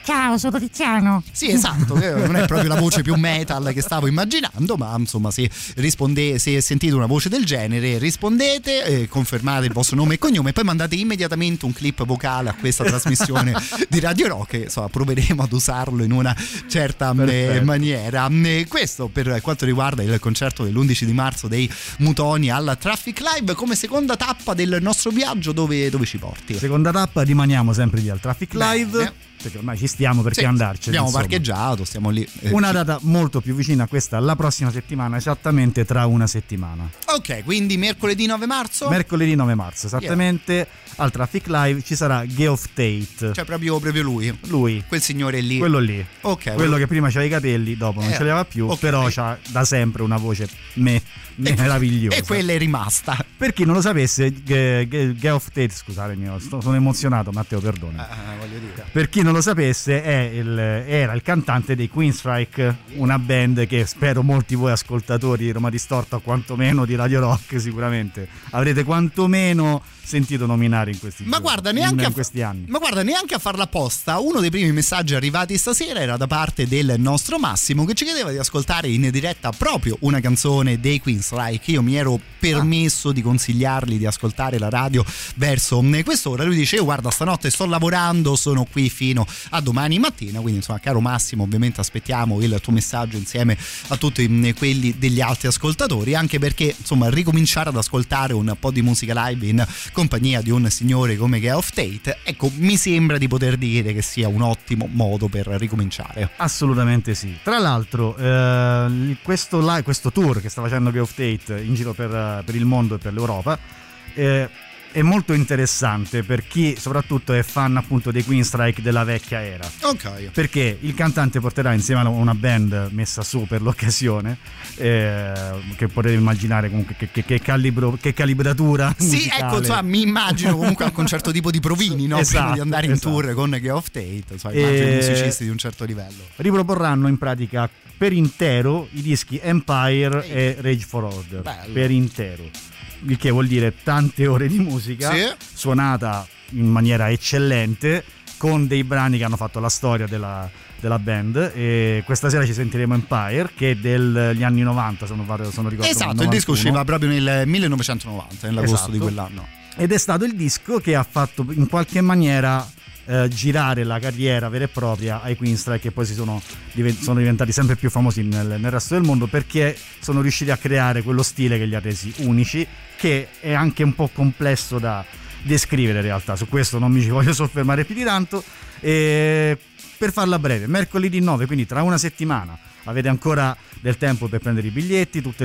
ciao, sono Tiziano. Sì, esatto, non è proprio la voce più metal che stavo immaginando, ma insomma se sentite una voce del genere rispondete, confermate il vostro nome e cognome e poi mandate immediatamente un clip vocale a questa trasmissione di Radio Rock, che insomma proveremo ad usarlo in una certa maniera. Questo per quanto riguarda il concerto dell'11 di marzo dei Mutoni alla Traffic Live. Come seconda tappa del nostro viaggio dove ci porti? Seconda tappa, rimaniamo sempre lì al Traffic Live. Perché ormai ci stiamo, perché andarci. Abbiamo parcheggiato, stiamo lì. Una data molto più vicina a questa la prossima settimana, esattamente tra una settimana. Ok, quindi mercoledì 9 marzo? Mercoledì 9 marzo, esattamente, al Traffic Live ci sarà Geoff Tate. Cioè proprio lui? Lui. Quel signore lì? Quello lì. Ok. Quello che prima c'aveva i capelli, dopo non ce li aveva più, però c'ha da sempre una voce meravigliosa. E quella è rimasta. Per chi non lo sapesse, Geoff Tate, scusatemi, sono emozionato, Matteo, perdona. Voglio dire. Per chi non lo sapesse, era il cantante dei Queenstrike, una band che spero molti voi ascoltatori di Roma Distorta, o quantomeno di Radio Rock, sicuramente avrete quantomeno sentito nominare in questi questi anni. Ma guarda, neanche a farla apposta, uno dei primi messaggi arrivati stasera era da parte del nostro Massimo, che ci chiedeva di ascoltare in diretta proprio una canzone dei Queenstrike. Io mi ero permesso di consigliargli di ascoltare la radio verso quest'ora. Lui dice: guarda, stanotte sto lavorando, sono qui fino a domani mattina, quindi insomma, caro Massimo, ovviamente aspettiamo il tuo messaggio insieme a tutti quelli degli altri ascoltatori, anche perché insomma ricominciare ad ascoltare un po' di musica live in compagnia di un signore come Geoff Tate, ecco, mi sembra di poter dire che sia un ottimo modo per ricominciare. Assolutamente sì. Tra l'altro questo tour che sta facendo Geoff Tate in giro per il mondo e per l'Europa è molto interessante per chi soprattutto è fan appunto dei Queenstrike della vecchia era. Ok. Perché il cantante porterà insieme a una band messa su per l'occasione, che potete immaginare comunque che calibratura musicale. Sì, ecco, insomma, mi immagino comunque al concerto tipo di Provini, no? Esatto, prima di andare in tour con Geoff Tate, insomma, immagino musicisti di un certo livello. Riproporranno in pratica per intero i dischi Empire e Rage for Order. Bello. Per intero, il che vuol dire tante ore di musica suonata in maniera eccellente, con dei brani che hanno fatto la storia della band. E questa sera ci sentiremo Empire, che è degli anni 90, se non ricordo. Esatto, 91. il disco usciva proprio nel 1990, nell'agosto di quell'anno, ed è stato il disco che ha fatto in qualche maniera girare la carriera vera e propria ai Queenstrike, che poi sono diventati sempre più famosi nel resto del mondo, perché sono riusciti a creare quello stile che li ha resi unici, che è anche un po' complesso da descrivere in realtà. Su questo non mi ci voglio soffermare più di tanto. Per farla breve, mercoledì 9, quindi tra una settimana, avete ancora del tempo per prendere i biglietti. Tutti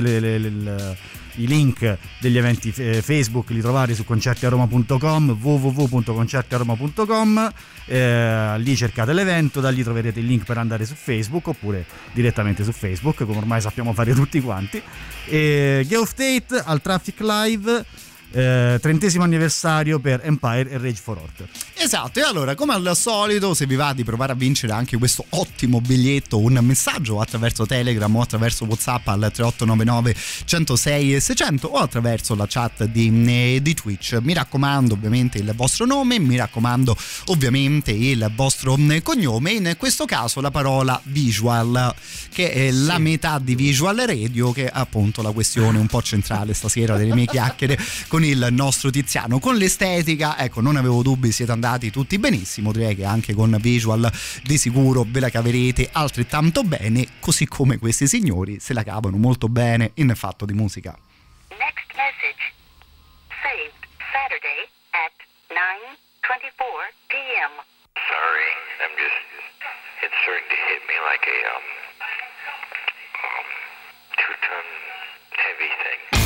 i link degli eventi Facebook li trovate su concertiaroma.com, www.concertiaroma.com, lì cercate l'evento, da lì troverete il link per andare su Facebook, oppure direttamente su Facebook, come ormai sappiamo fare tutti quanti. Geoff Tate al Traffic Live, 30° anniversario per Empire e Rage for Order. Esatto, e allora, come al solito, se vi va di provare a vincere anche questo ottimo biglietto, un messaggio attraverso Telegram o attraverso WhatsApp al 3899 106 600 o attraverso la chat di Twitch. Mi raccomando ovviamente il vostro nome, mi raccomando ovviamente il vostro cognome, in questo caso la parola visual, che è la metà di Visual Radio, che è appunto la questione un po' centrale stasera delle mie chiacchiere con il nostro Tiziano. Con l'estetica, ecco, non avevo dubbi, siete andati tutti benissimo, direi che anche con visual di sicuro ve la caverete altrettanto bene, così come questi signori se la cavano molto bene in fatto di musica. Next message saved Saturday at 9:24 p.m. Sorry, it's starting to hit me like a 2-ton heavy thing.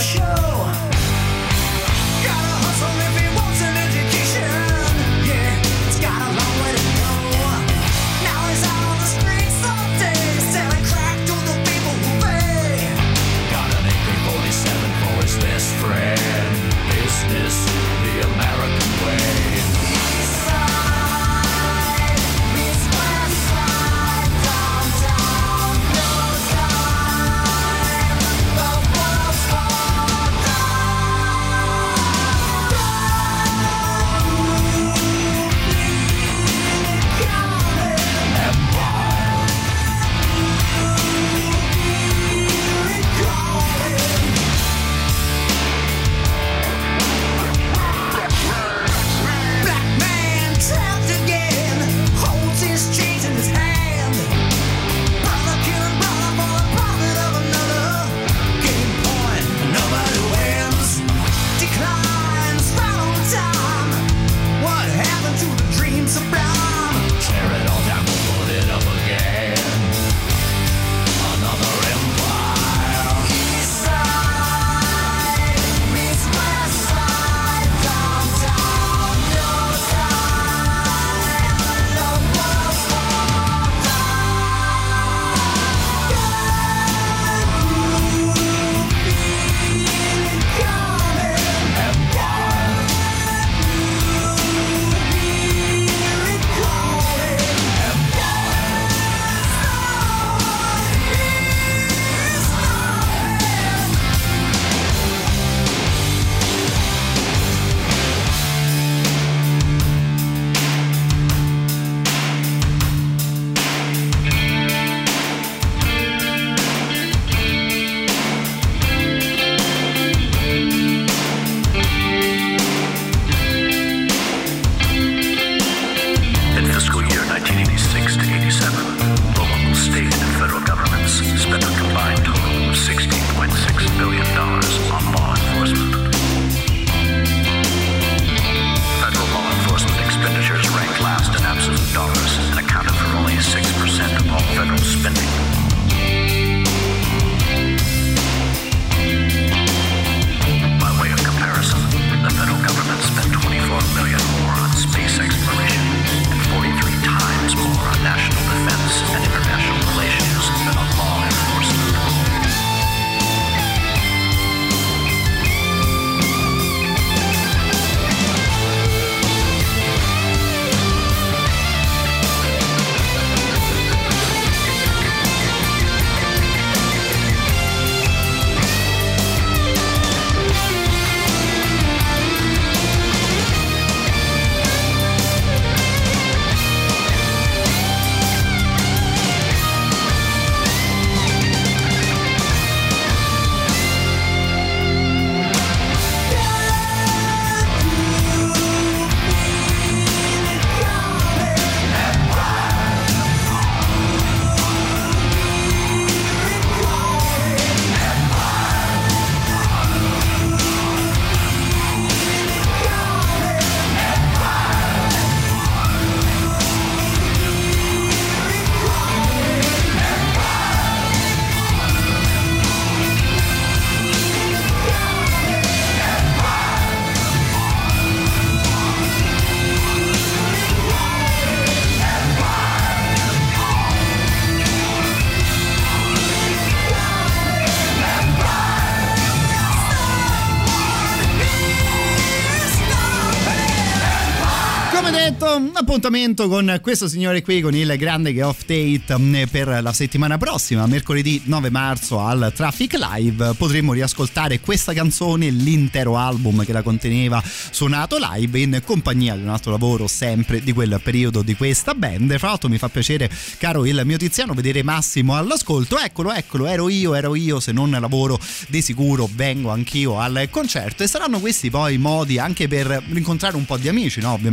un appuntamento con questo signore qui, con il grande Geoff Tate, per la settimana prossima, mercoledì 9 marzo al Traffic Live. Potremo riascoltare questa canzone, l'intero album che la conteneva, suonato live in compagnia di un altro lavoro sempre di quel periodo di questa band. Fra l'altro mi fa piacere, caro il mio Tiziano, vedere Massimo all'ascolto. Eccolo, ero io, se non lavoro di sicuro vengo anch'io al concerto. E saranno questi poi i modi anche per rincontrare un po' di amici, no? Ovviamente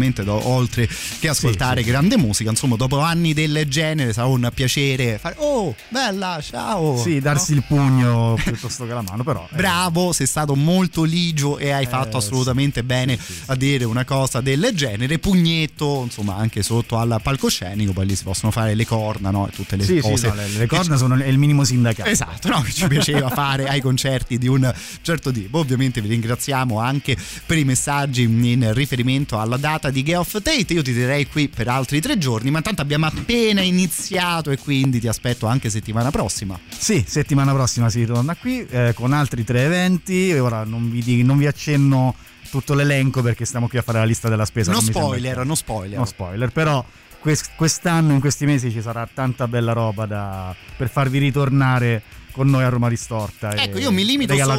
oltre che ascoltare grande musica. Insomma, dopo anni del genere sarà un piacere fare oh bella ciao, sì, darsi il pugno piuttosto che la mano, però bravo, sei stato molto ligio e hai fatto assolutamente bene a dire una cosa del genere. Pugnetto, insomma, anche sotto al palcoscenico, poi lì si possono fare le corna, no? E tutte le cose. No, le corna sono il minimo sindacale. Esatto, no? Che ci piaceva fare ai concerti di un certo tipo. Ovviamente vi ringraziamo anche per i messaggi in riferimento alla data di Geoff Tate. Io ti direi qui per altri 3 giorni, ma intanto abbiamo appena iniziato e quindi ti aspetto anche settimana prossima. Sì, settimana prossima si ritorna qui con altri 3 eventi. Ora non vi accenno tutto l'elenco perché stiamo qui a fare la lista della spesa. No spoiler, però quest'anno in questi mesi ci sarà tanta bella roba per farvi ritornare con noi a Roma Ristorta. Ecco, io mi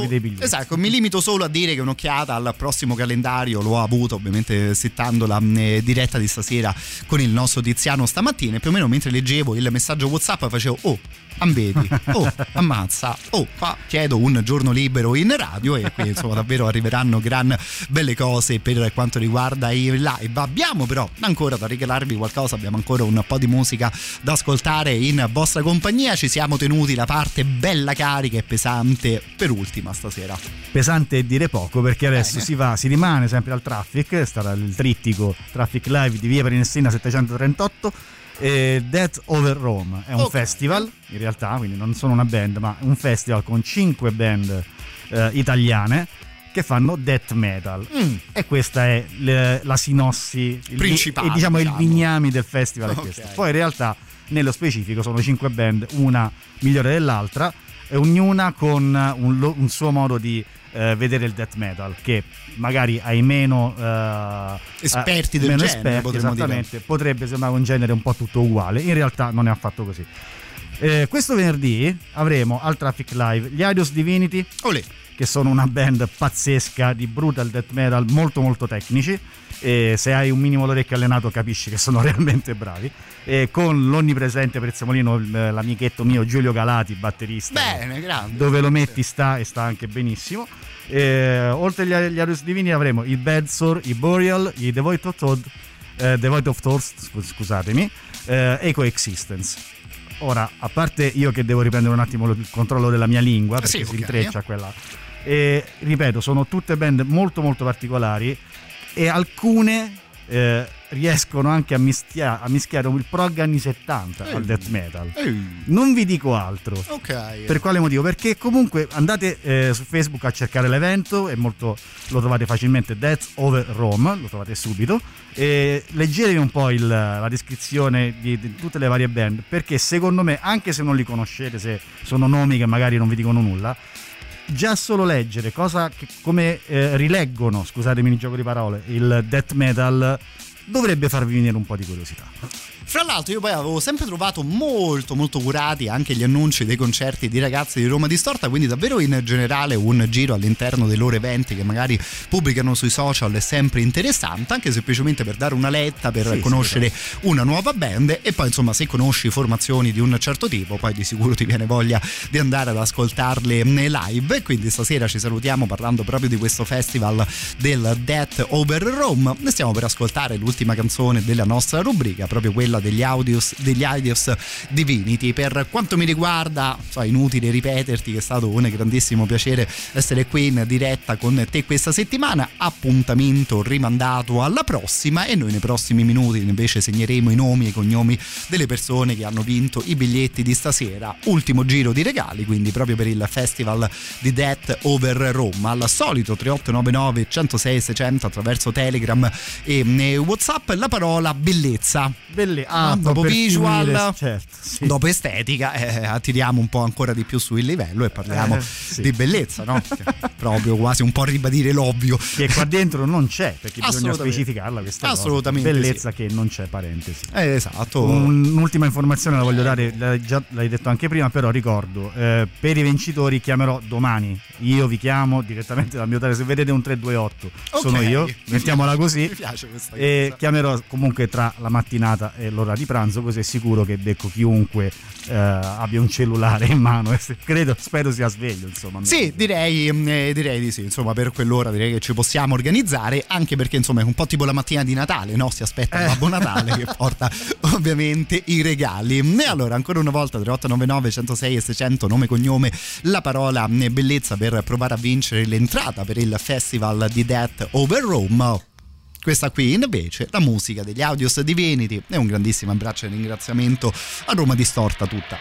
limito solo a dire che un'occhiata al prossimo calendario l'ho avuto, ovviamente settando la diretta di stasera con il nostro Tiziano stamattina, e più o meno mentre leggevo il messaggio WhatsApp facevo ambedi, ammazza, qua chiedo un giorno libero in radio, e qui insomma davvero arriveranno gran belle cose per quanto riguarda i live. Abbiamo però ancora da regalarvi qualcosa, abbiamo ancora un po' di musica da ascoltare in vostra compagnia. Ci siamo tenuti la parte bella carica e pesante per ultima stasera. Pesante è dire poco, perché adesso si rimane sempre al Traffic, sarà il trittico Traffic Live di Via Prenestina 738. Death Over Rome è un festival in realtà, quindi non sono una band ma un festival con 5 band italiane che fanno death metal, e questa è la sinossi principale, diciamo il bignami del festival è questo. Poi in realtà nello specifico sono 5 band, una migliore dell'altra, e ognuna con un suo modo di vedere il death metal, che magari ai meno esperti del genere, esattamente, potrebbe sembrare un genere un po' tutto uguale, in realtà non è affatto così. Questo venerdì avremo al Traffic Live gli Eidos Divinity, che sono una band pazzesca di brutal death metal, molto molto tecnici, e se hai un minimo l'orecchio allenato capisci che sono realmente bravi, con l'onnipresente prezzemolino l'amichetto mio Giulio Galati, batterista. Bene, grande. Dove lo metti sta anche benissimo. Oltre agli Eidos Divini avremo i Bedsore, i Boreal, i The Void of Thorst, scusatemi, e Coexistence. Ora, a parte io che devo riprendere un attimo il controllo della mia lingua, perché si intreccia quella, e ripeto, sono tutte band molto molto particolari, e alcune riescono anche a mischiare il prog anni 70 al death metal. Non vi dico altro. Per quale motivo? Perché comunque andate su Facebook a cercare l'evento, lo trovate facilmente, Death Over Rome, lo trovate subito, e leggetevi un po' la descrizione di tutte le varie band, perché secondo me, anche se non li conoscete, se sono nomi che magari non vi dicono nulla, già solo leggere come rileggono, scusatemi il gioco di parole, il death metal dovrebbe farvi venire un po' di curiosità. Fra l'altro io poi avevo sempre trovato molto molto curati anche gli annunci dei concerti di ragazzi di Roma Distorta, quindi davvero in generale un giro all'interno dei loro eventi che magari pubblicano sui social è sempre interessante, anche semplicemente per dare una letta, per conoscere una nuova band. E poi insomma, se conosci formazioni di un certo tipo, poi di sicuro ti viene voglia di andare ad ascoltarle nei live. E quindi stasera ci salutiamo parlando proprio di questo festival del Death Over Rome. Ne stiamo per ascoltare l'ultima canzone della nostra rubrica, proprio quella degli Eidos Divinity. Per quanto mi riguarda, inutile ripeterti che è stato un grandissimo piacere essere qui in diretta con te questa settimana. Appuntamento rimandato alla prossima, e noi nei prossimi minuti invece segneremo i nomi e i cognomi delle persone che hanno vinto i biglietti di stasera. Ultimo giro di regali, quindi proprio per il festival di Death Over Rome. Al solito 3899 106 600 attraverso Telegram e WhatsApp, la parola bellezza. Dopo visual, dopo estetica, attiriamo un po' ancora di più sul livello e parliamo di bellezza, no? Proprio quasi un po' ribadire l'ovvio che qua dentro non c'è, perché bisogna specificarla questa assolutamente cosa. Bellezza che non c'è, parentesi. Esatto. Un'ultima informazione la voglio dare, l'hai detto anche prima, però ricordo, per i vincitori chiamerò domani io vi chiamo direttamente dal mio telefono, se vedete un 328 sono io, mettiamola così. Mi piace questa e cosa. chiamerò comunque tra la mattinata e l'ora di pranzo, così è sicuro che becco chiunque abbia un cellulare in mano e spero sia sveglio, insomma. Sì, direi di sì, insomma, per quell'ora direi che ci possiamo organizzare, anche perché insomma è un po' tipo la mattina di Natale, no? Si aspetta il Babbo Natale che porta ovviamente i regali. E allora ancora una volta 3899 106 e 600, nome, cognome, la parola bellezza per provare a vincere l'entrata per il festival di Death Over Rome. Questa qui invece la musica degli Audios Divinity, e un grandissimo abbraccio e ringraziamento a Roma Distorta tutta.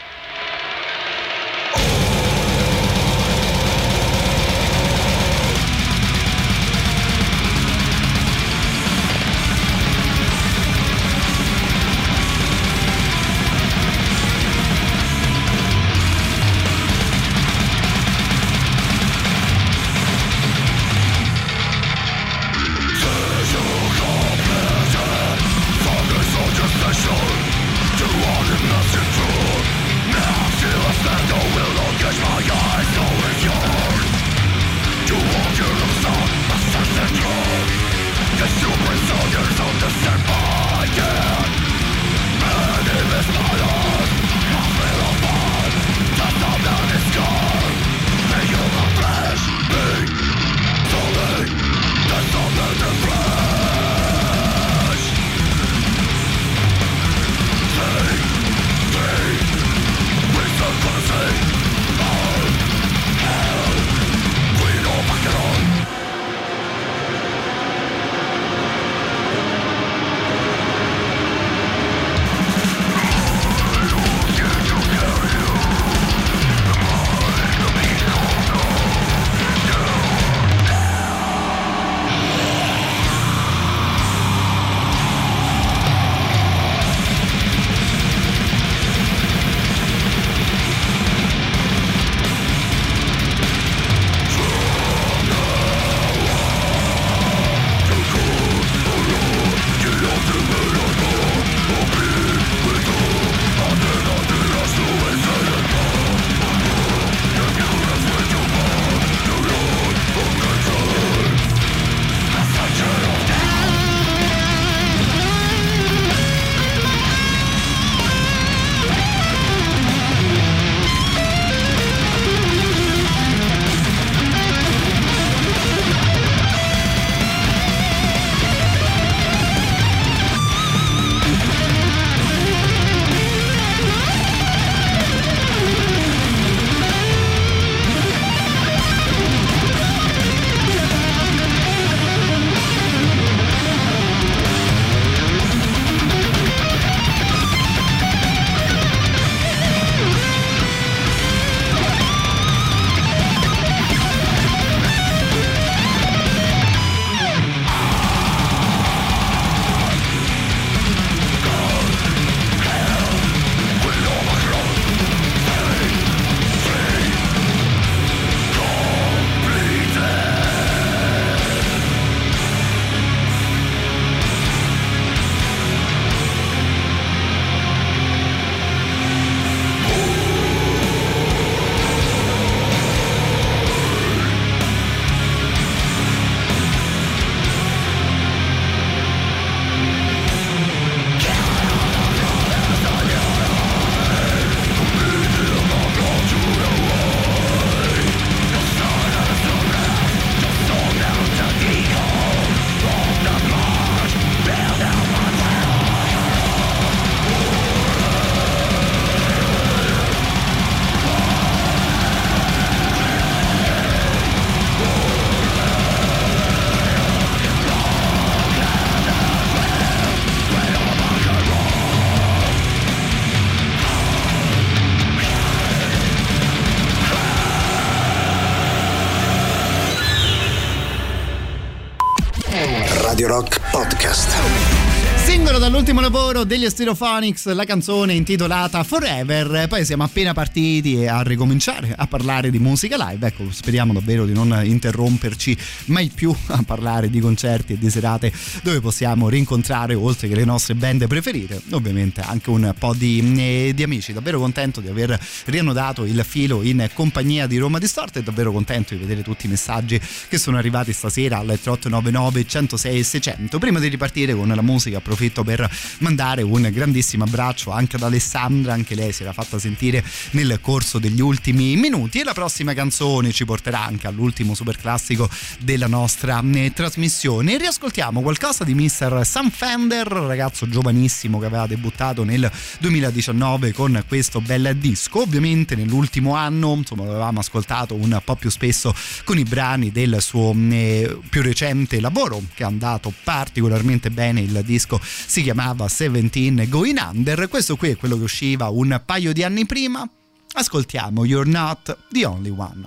Radio Rock Podcast. Singolo dall'ultimo lavoro degli Stereophonics, la canzone intitolata Forever. Poi siamo appena partiti a ricominciare a parlare di musica live. Ecco, speriamo davvero di non interromperci mai più a parlare di concerti e di serate dove possiamo rincontrare, oltre che le nostre band preferite, ovviamente anche un po' di amici. Davvero contento di aver riannodato il filo in compagnia di Roma Distorted, davvero contento di vedere tutti i messaggi che sono arrivati stasera al 3899 106 600. Prima di ripartire con la musica approfitto per mandare un grandissimo abbraccio anche ad Alessandra, anche lei si era fatta sentire nel corso degli ultimi minuti, e la prossima canzone ci porterà anche all'ultimo super classico della nostra trasmissione. Riascoltiamo qualcosa di Mr. Sam Fender, ragazzo giovanissimo che aveva debuttato nel 2019 con questo bel disco. Ovviamente nell'ultimo anno, insomma, l'avevamo ascoltato un po' più spesso con i brani del suo più recente lavoro, che è andato particolarmente bene. Il disco si chiamava 17 Going Under. Questo qui è quello che usciva un paio di anni prima. Ascoltiamo You're Not the Only One.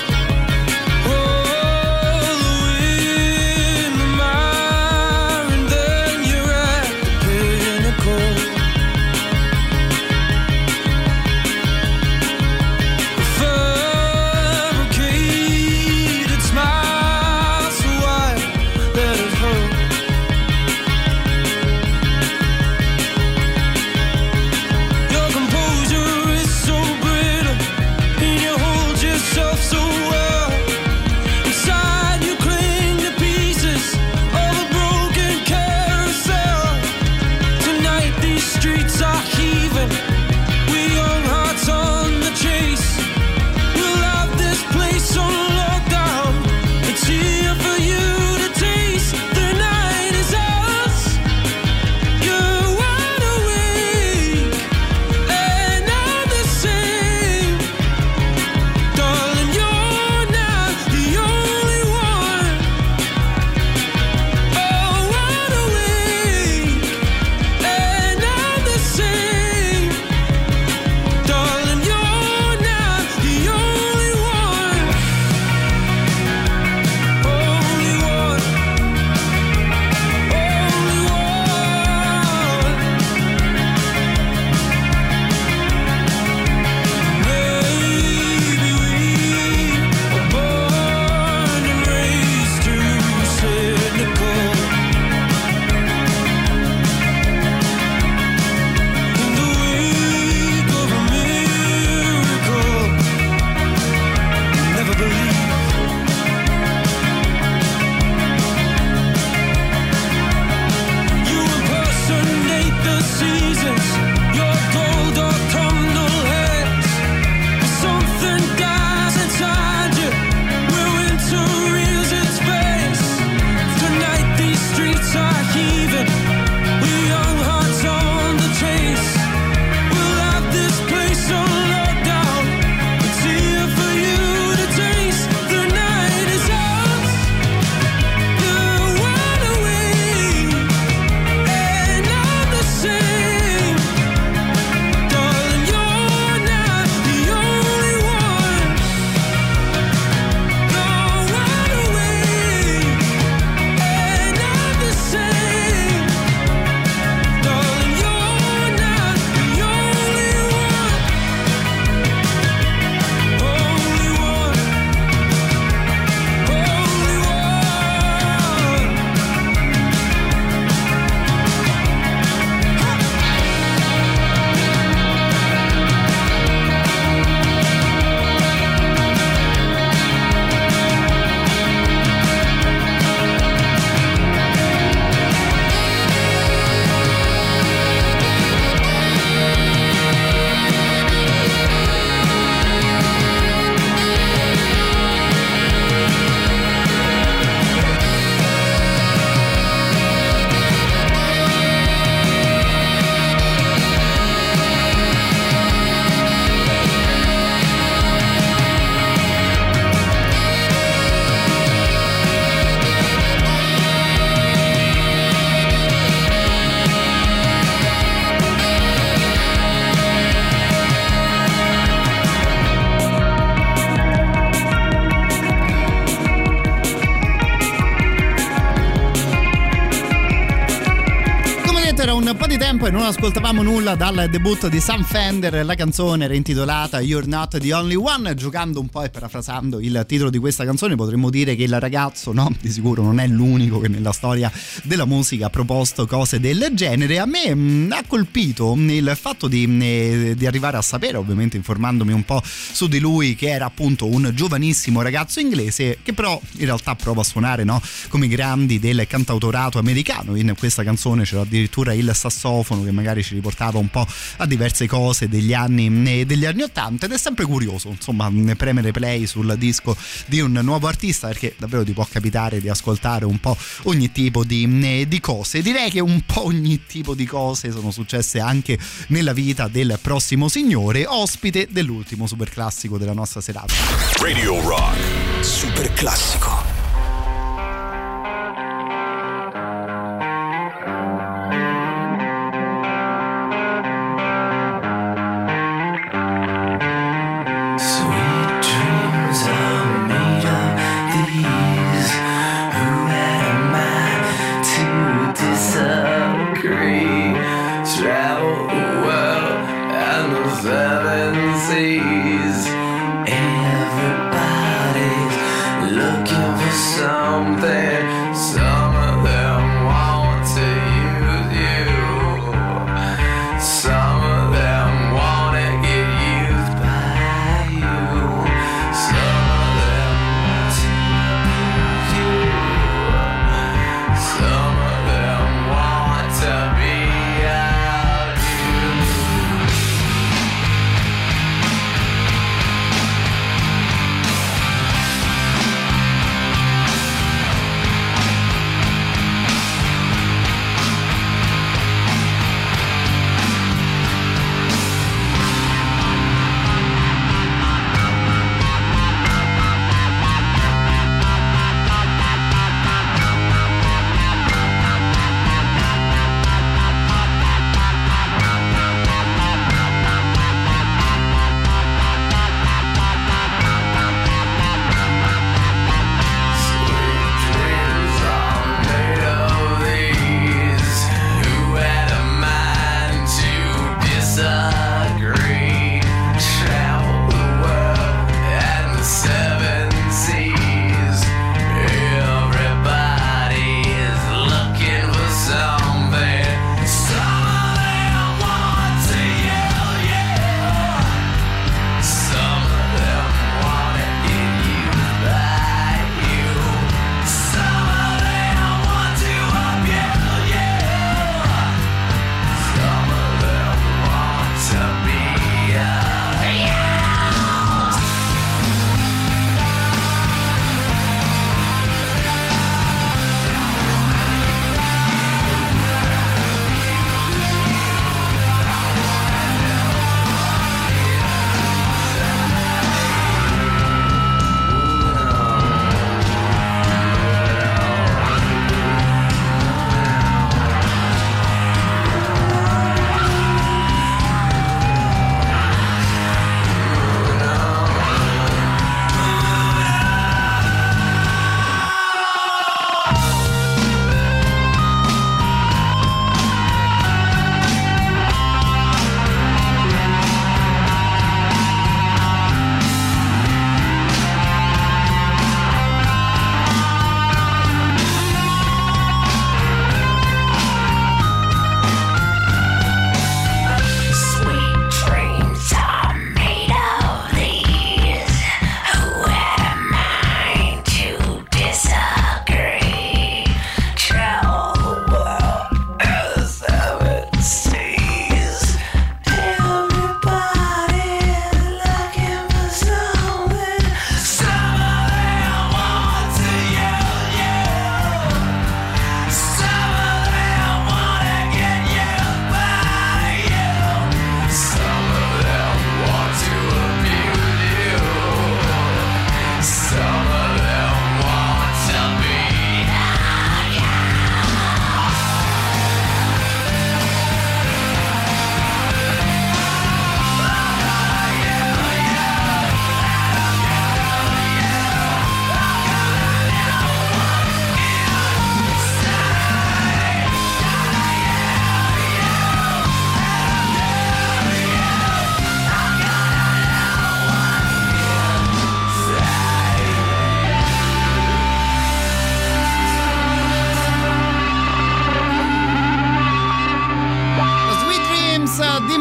Oh, the wind, the era un po' di tempo e non ascoltavamo nulla dal debutto di Sam Fender. La canzone era intitolata You're Not the Only One. Giocando un po' e parafrasando il titolo di questa canzone, potremmo dire che il ragazzo, no, di sicuro non è l'unico che nella storia della musica ha proposto cose del genere. A me ha colpito il fatto di arrivare a sapere, ovviamente informandomi un po' su di lui, che era appunto un giovanissimo ragazzo inglese che però in realtà prova a suonare, no, come i grandi del cantautorato americano. In questa canzone c'era addirittura il sassofono che magari ci riportava un po' a diverse cose degli anni 80, ed è sempre curioso insomma premere play sul disco di un nuovo artista, perché davvero ti può capitare di ascoltare un po' ogni tipo di cose. Direi che un po' ogni tipo di cose sono successe anche nella vita del prossimo signore, ospite dell'ultimo super classico della nostra serata. Radio Rock Super classico. Everybody's looking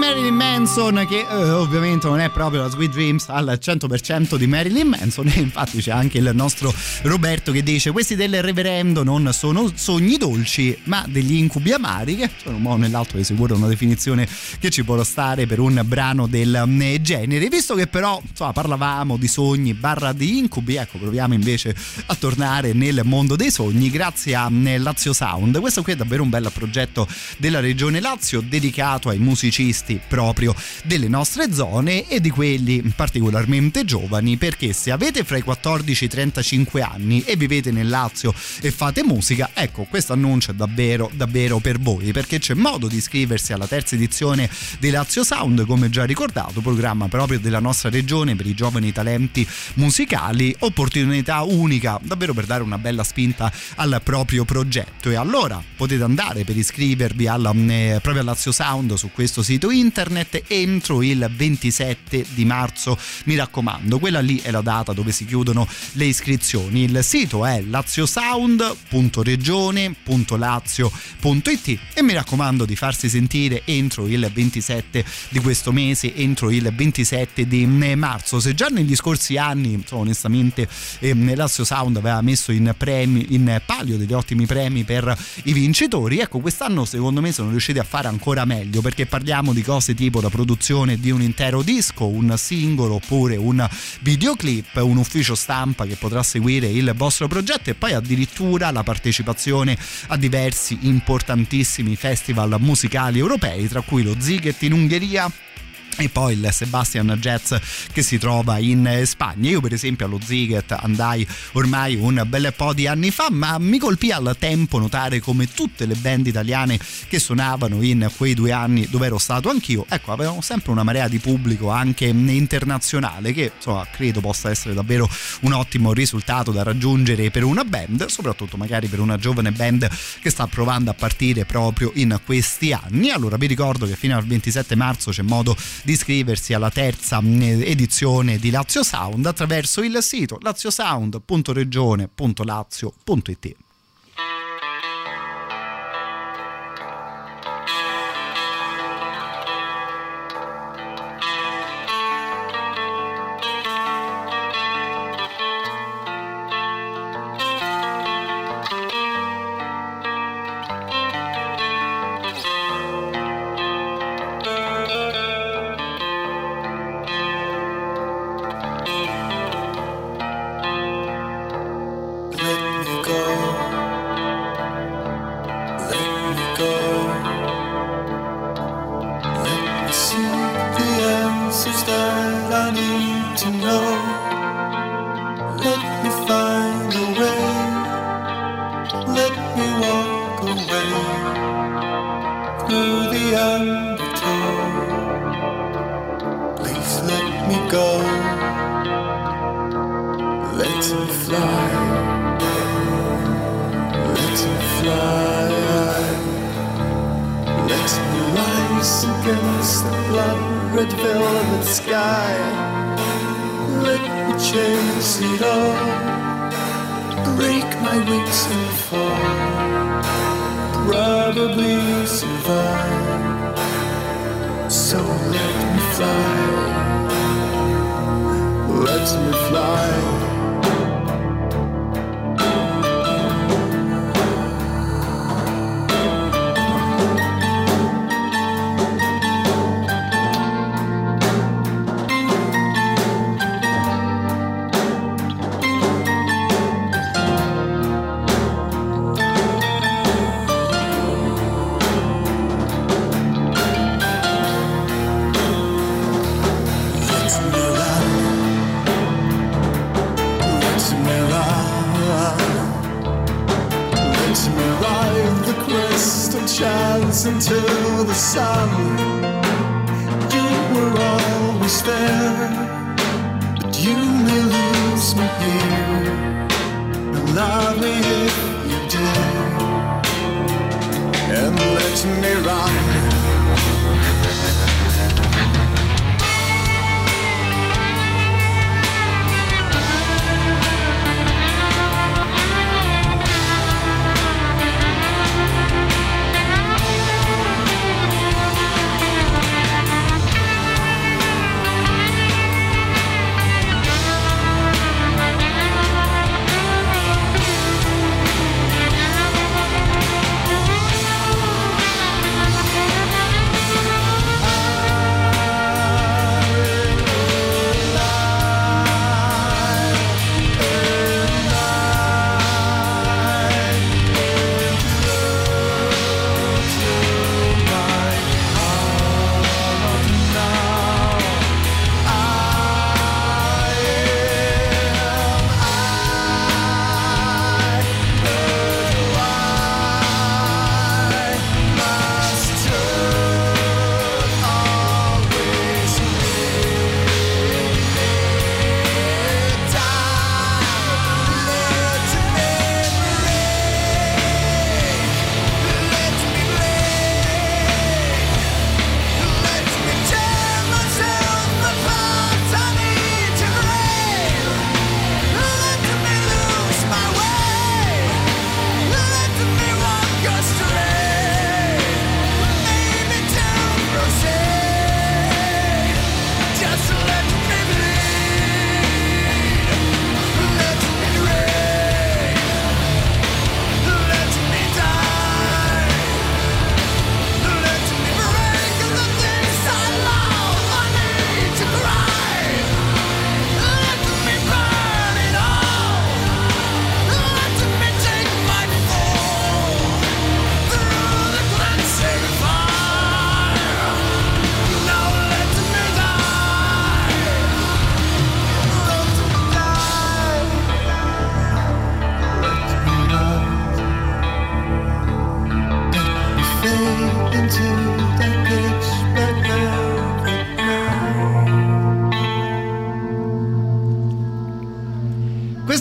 Marilyn Manson, che ovviamente non è proprio la Sweet Dreams al 100% di Marilyn Manson, e infatti c'è anche il nostro Roberto che dice: questi del reverendo non sono sogni dolci ma degli incubi amari, che sono un modo o nell'altro di sicuro una definizione che ci può stare per un brano del genere. Visto che però insomma parlavamo di sogni barra di incubi, ecco, proviamo invece a tornare nel mondo dei sogni grazie a Lazio Sound. Questo qui è davvero un bel progetto della regione Lazio, dedicato ai musicisti proprio delle nostre zone e di quelli particolarmente giovani, perché se avete fra i 14 e i 35 anni e vivete nel Lazio e fate musica, ecco, questo annuncio è davvero per voi, perché c'è modo di iscriversi alla terza edizione di Lazio Sound, come già ricordato, programma proprio della nostra regione per i giovani talenti musicali, opportunità unica davvero per dare una bella spinta al proprio progetto. E allora potete andare per iscrivervi proprio a Lazio Sound su questo sito internet entro il 27 di marzo, mi raccomando, quella lì è la data dove si chiudono le iscrizioni. Il sito è laziosound.regione.lazio.it e mi raccomando di farsi sentire entro il 27 di questo mese, entro il 27 di marzo. Se già negli scorsi anni, insomma, onestamente Lazio Sound aveva messo in palio degli ottimi premi per i vincitori, ecco, quest'anno secondo me sono riusciti a fare ancora meglio, perché parliamo di cose tipo la produzione di un intero disco, un singolo oppure un videoclip, un ufficio stampa che potrà seguire il vostro progetto e poi addirittura la partecipazione a diversi importantissimi festival musicali europei, tra cui lo Ziget in Ungheria e poi il Sebastian Jazz che si trova in Spagna. Io per esempio allo Ziget andai ormai un bel po' di anni fa, ma mi colpì al tempo notare come tutte le band italiane che suonavano in quei 2 anni dove ero stato anch'io, ecco, avevano sempre una marea di pubblico anche internazionale, che insomma credo possa essere davvero un ottimo risultato da raggiungere per una band, soprattutto magari per una giovane band che sta provando a partire proprio in questi anni. Allora vi ricordo che fino al 27 marzo c'è modo di iscriversi alla terza edizione di Lazio Sound attraverso il sito laziosound.regione.lazio.it. Until the sun, you were always there, but you may lose me here. And love me if you did, and let me run.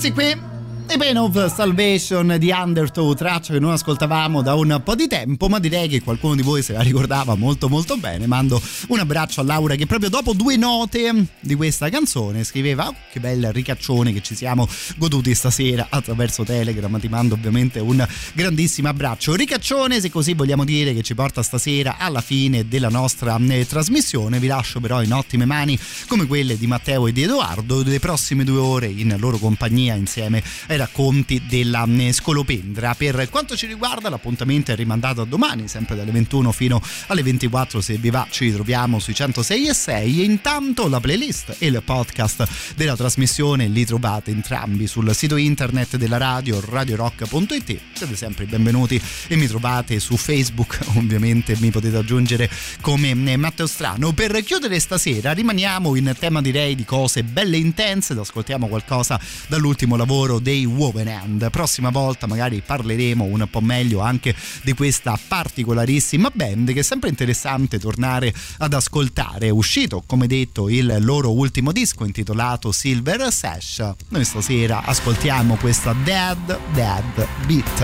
Questi qui The Pain of Salvation di Undertow, traccia che non ascoltavamo da un po' di tempo, ma direi che qualcuno di voi se la ricordava molto molto bene. Mando un abbraccio a Laura che proprio dopo 2 note di questa canzone scriveva: oh, che bel ricaccione che ci siamo goduti stasera attraverso Telegram. Ti mando ovviamente un grandissimo abbraccio. Ricaccione, se così vogliamo dire, che ci porta stasera alla fine della nostra trasmissione. Vi lascio però in ottime mani come quelle di Matteo e di Edoardo, le prossime 2 ore in loro compagnia insieme ai racconti della Scolopendra. Per quanto ci riguarda l'appuntamento è rimandato a domani, sempre dalle 21 fino alle 24, se vi va ci ritroviamo sui 106.6 e intanto la playlist e il podcast della trasmissione li trovate entrambi sul sito internet della radio, radiorock.it. Siete sempre benvenuti e mi trovate su Facebook, ovviamente mi potete aggiungere come Matteo Strano. Per chiudere stasera rimaniamo in tema, direi, di cose belle e intense ed ascoltiamo qualcosa dall'ultimo lavoro dei Woven Hand. Prossima volta magari parleremo un po' meglio anche di questa particolarissima band che è sempre interessante tornare ad ascoltare. È uscito, come detto, il loro ultimo disco intitolato Silver Sash. Noi stasera ascoltiamo questa Dead Beat.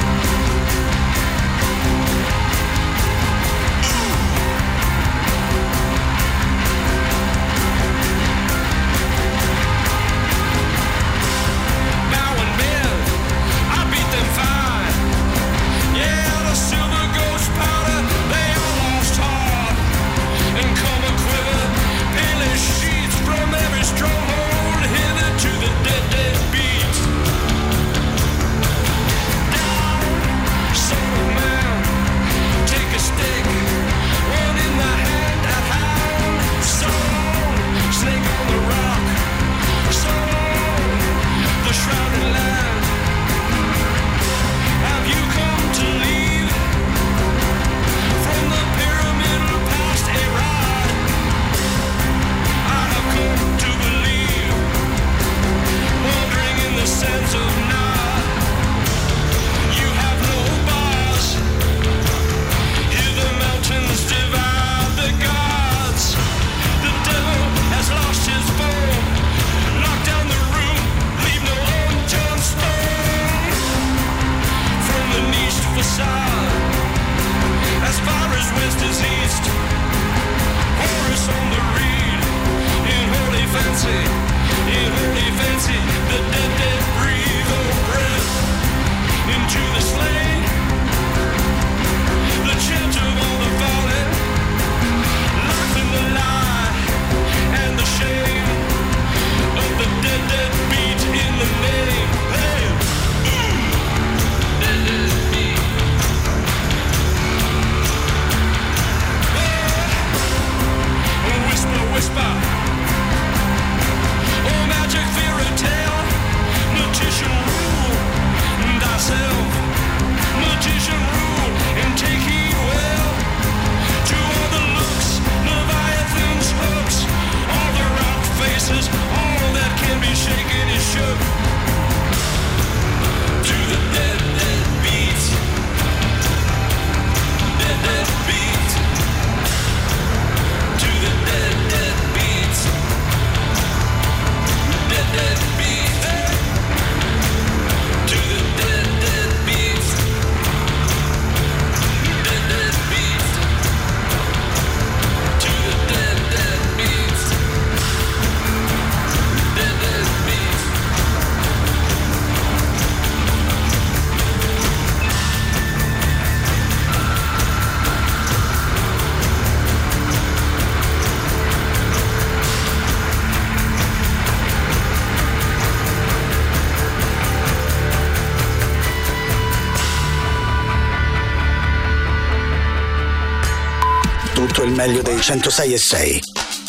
Tutto il meglio dei 106.6.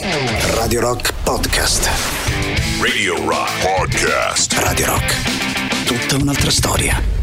Radio Rock Podcast. Radio Rock Podcast. Radio Rock. Tutta un'altra storia.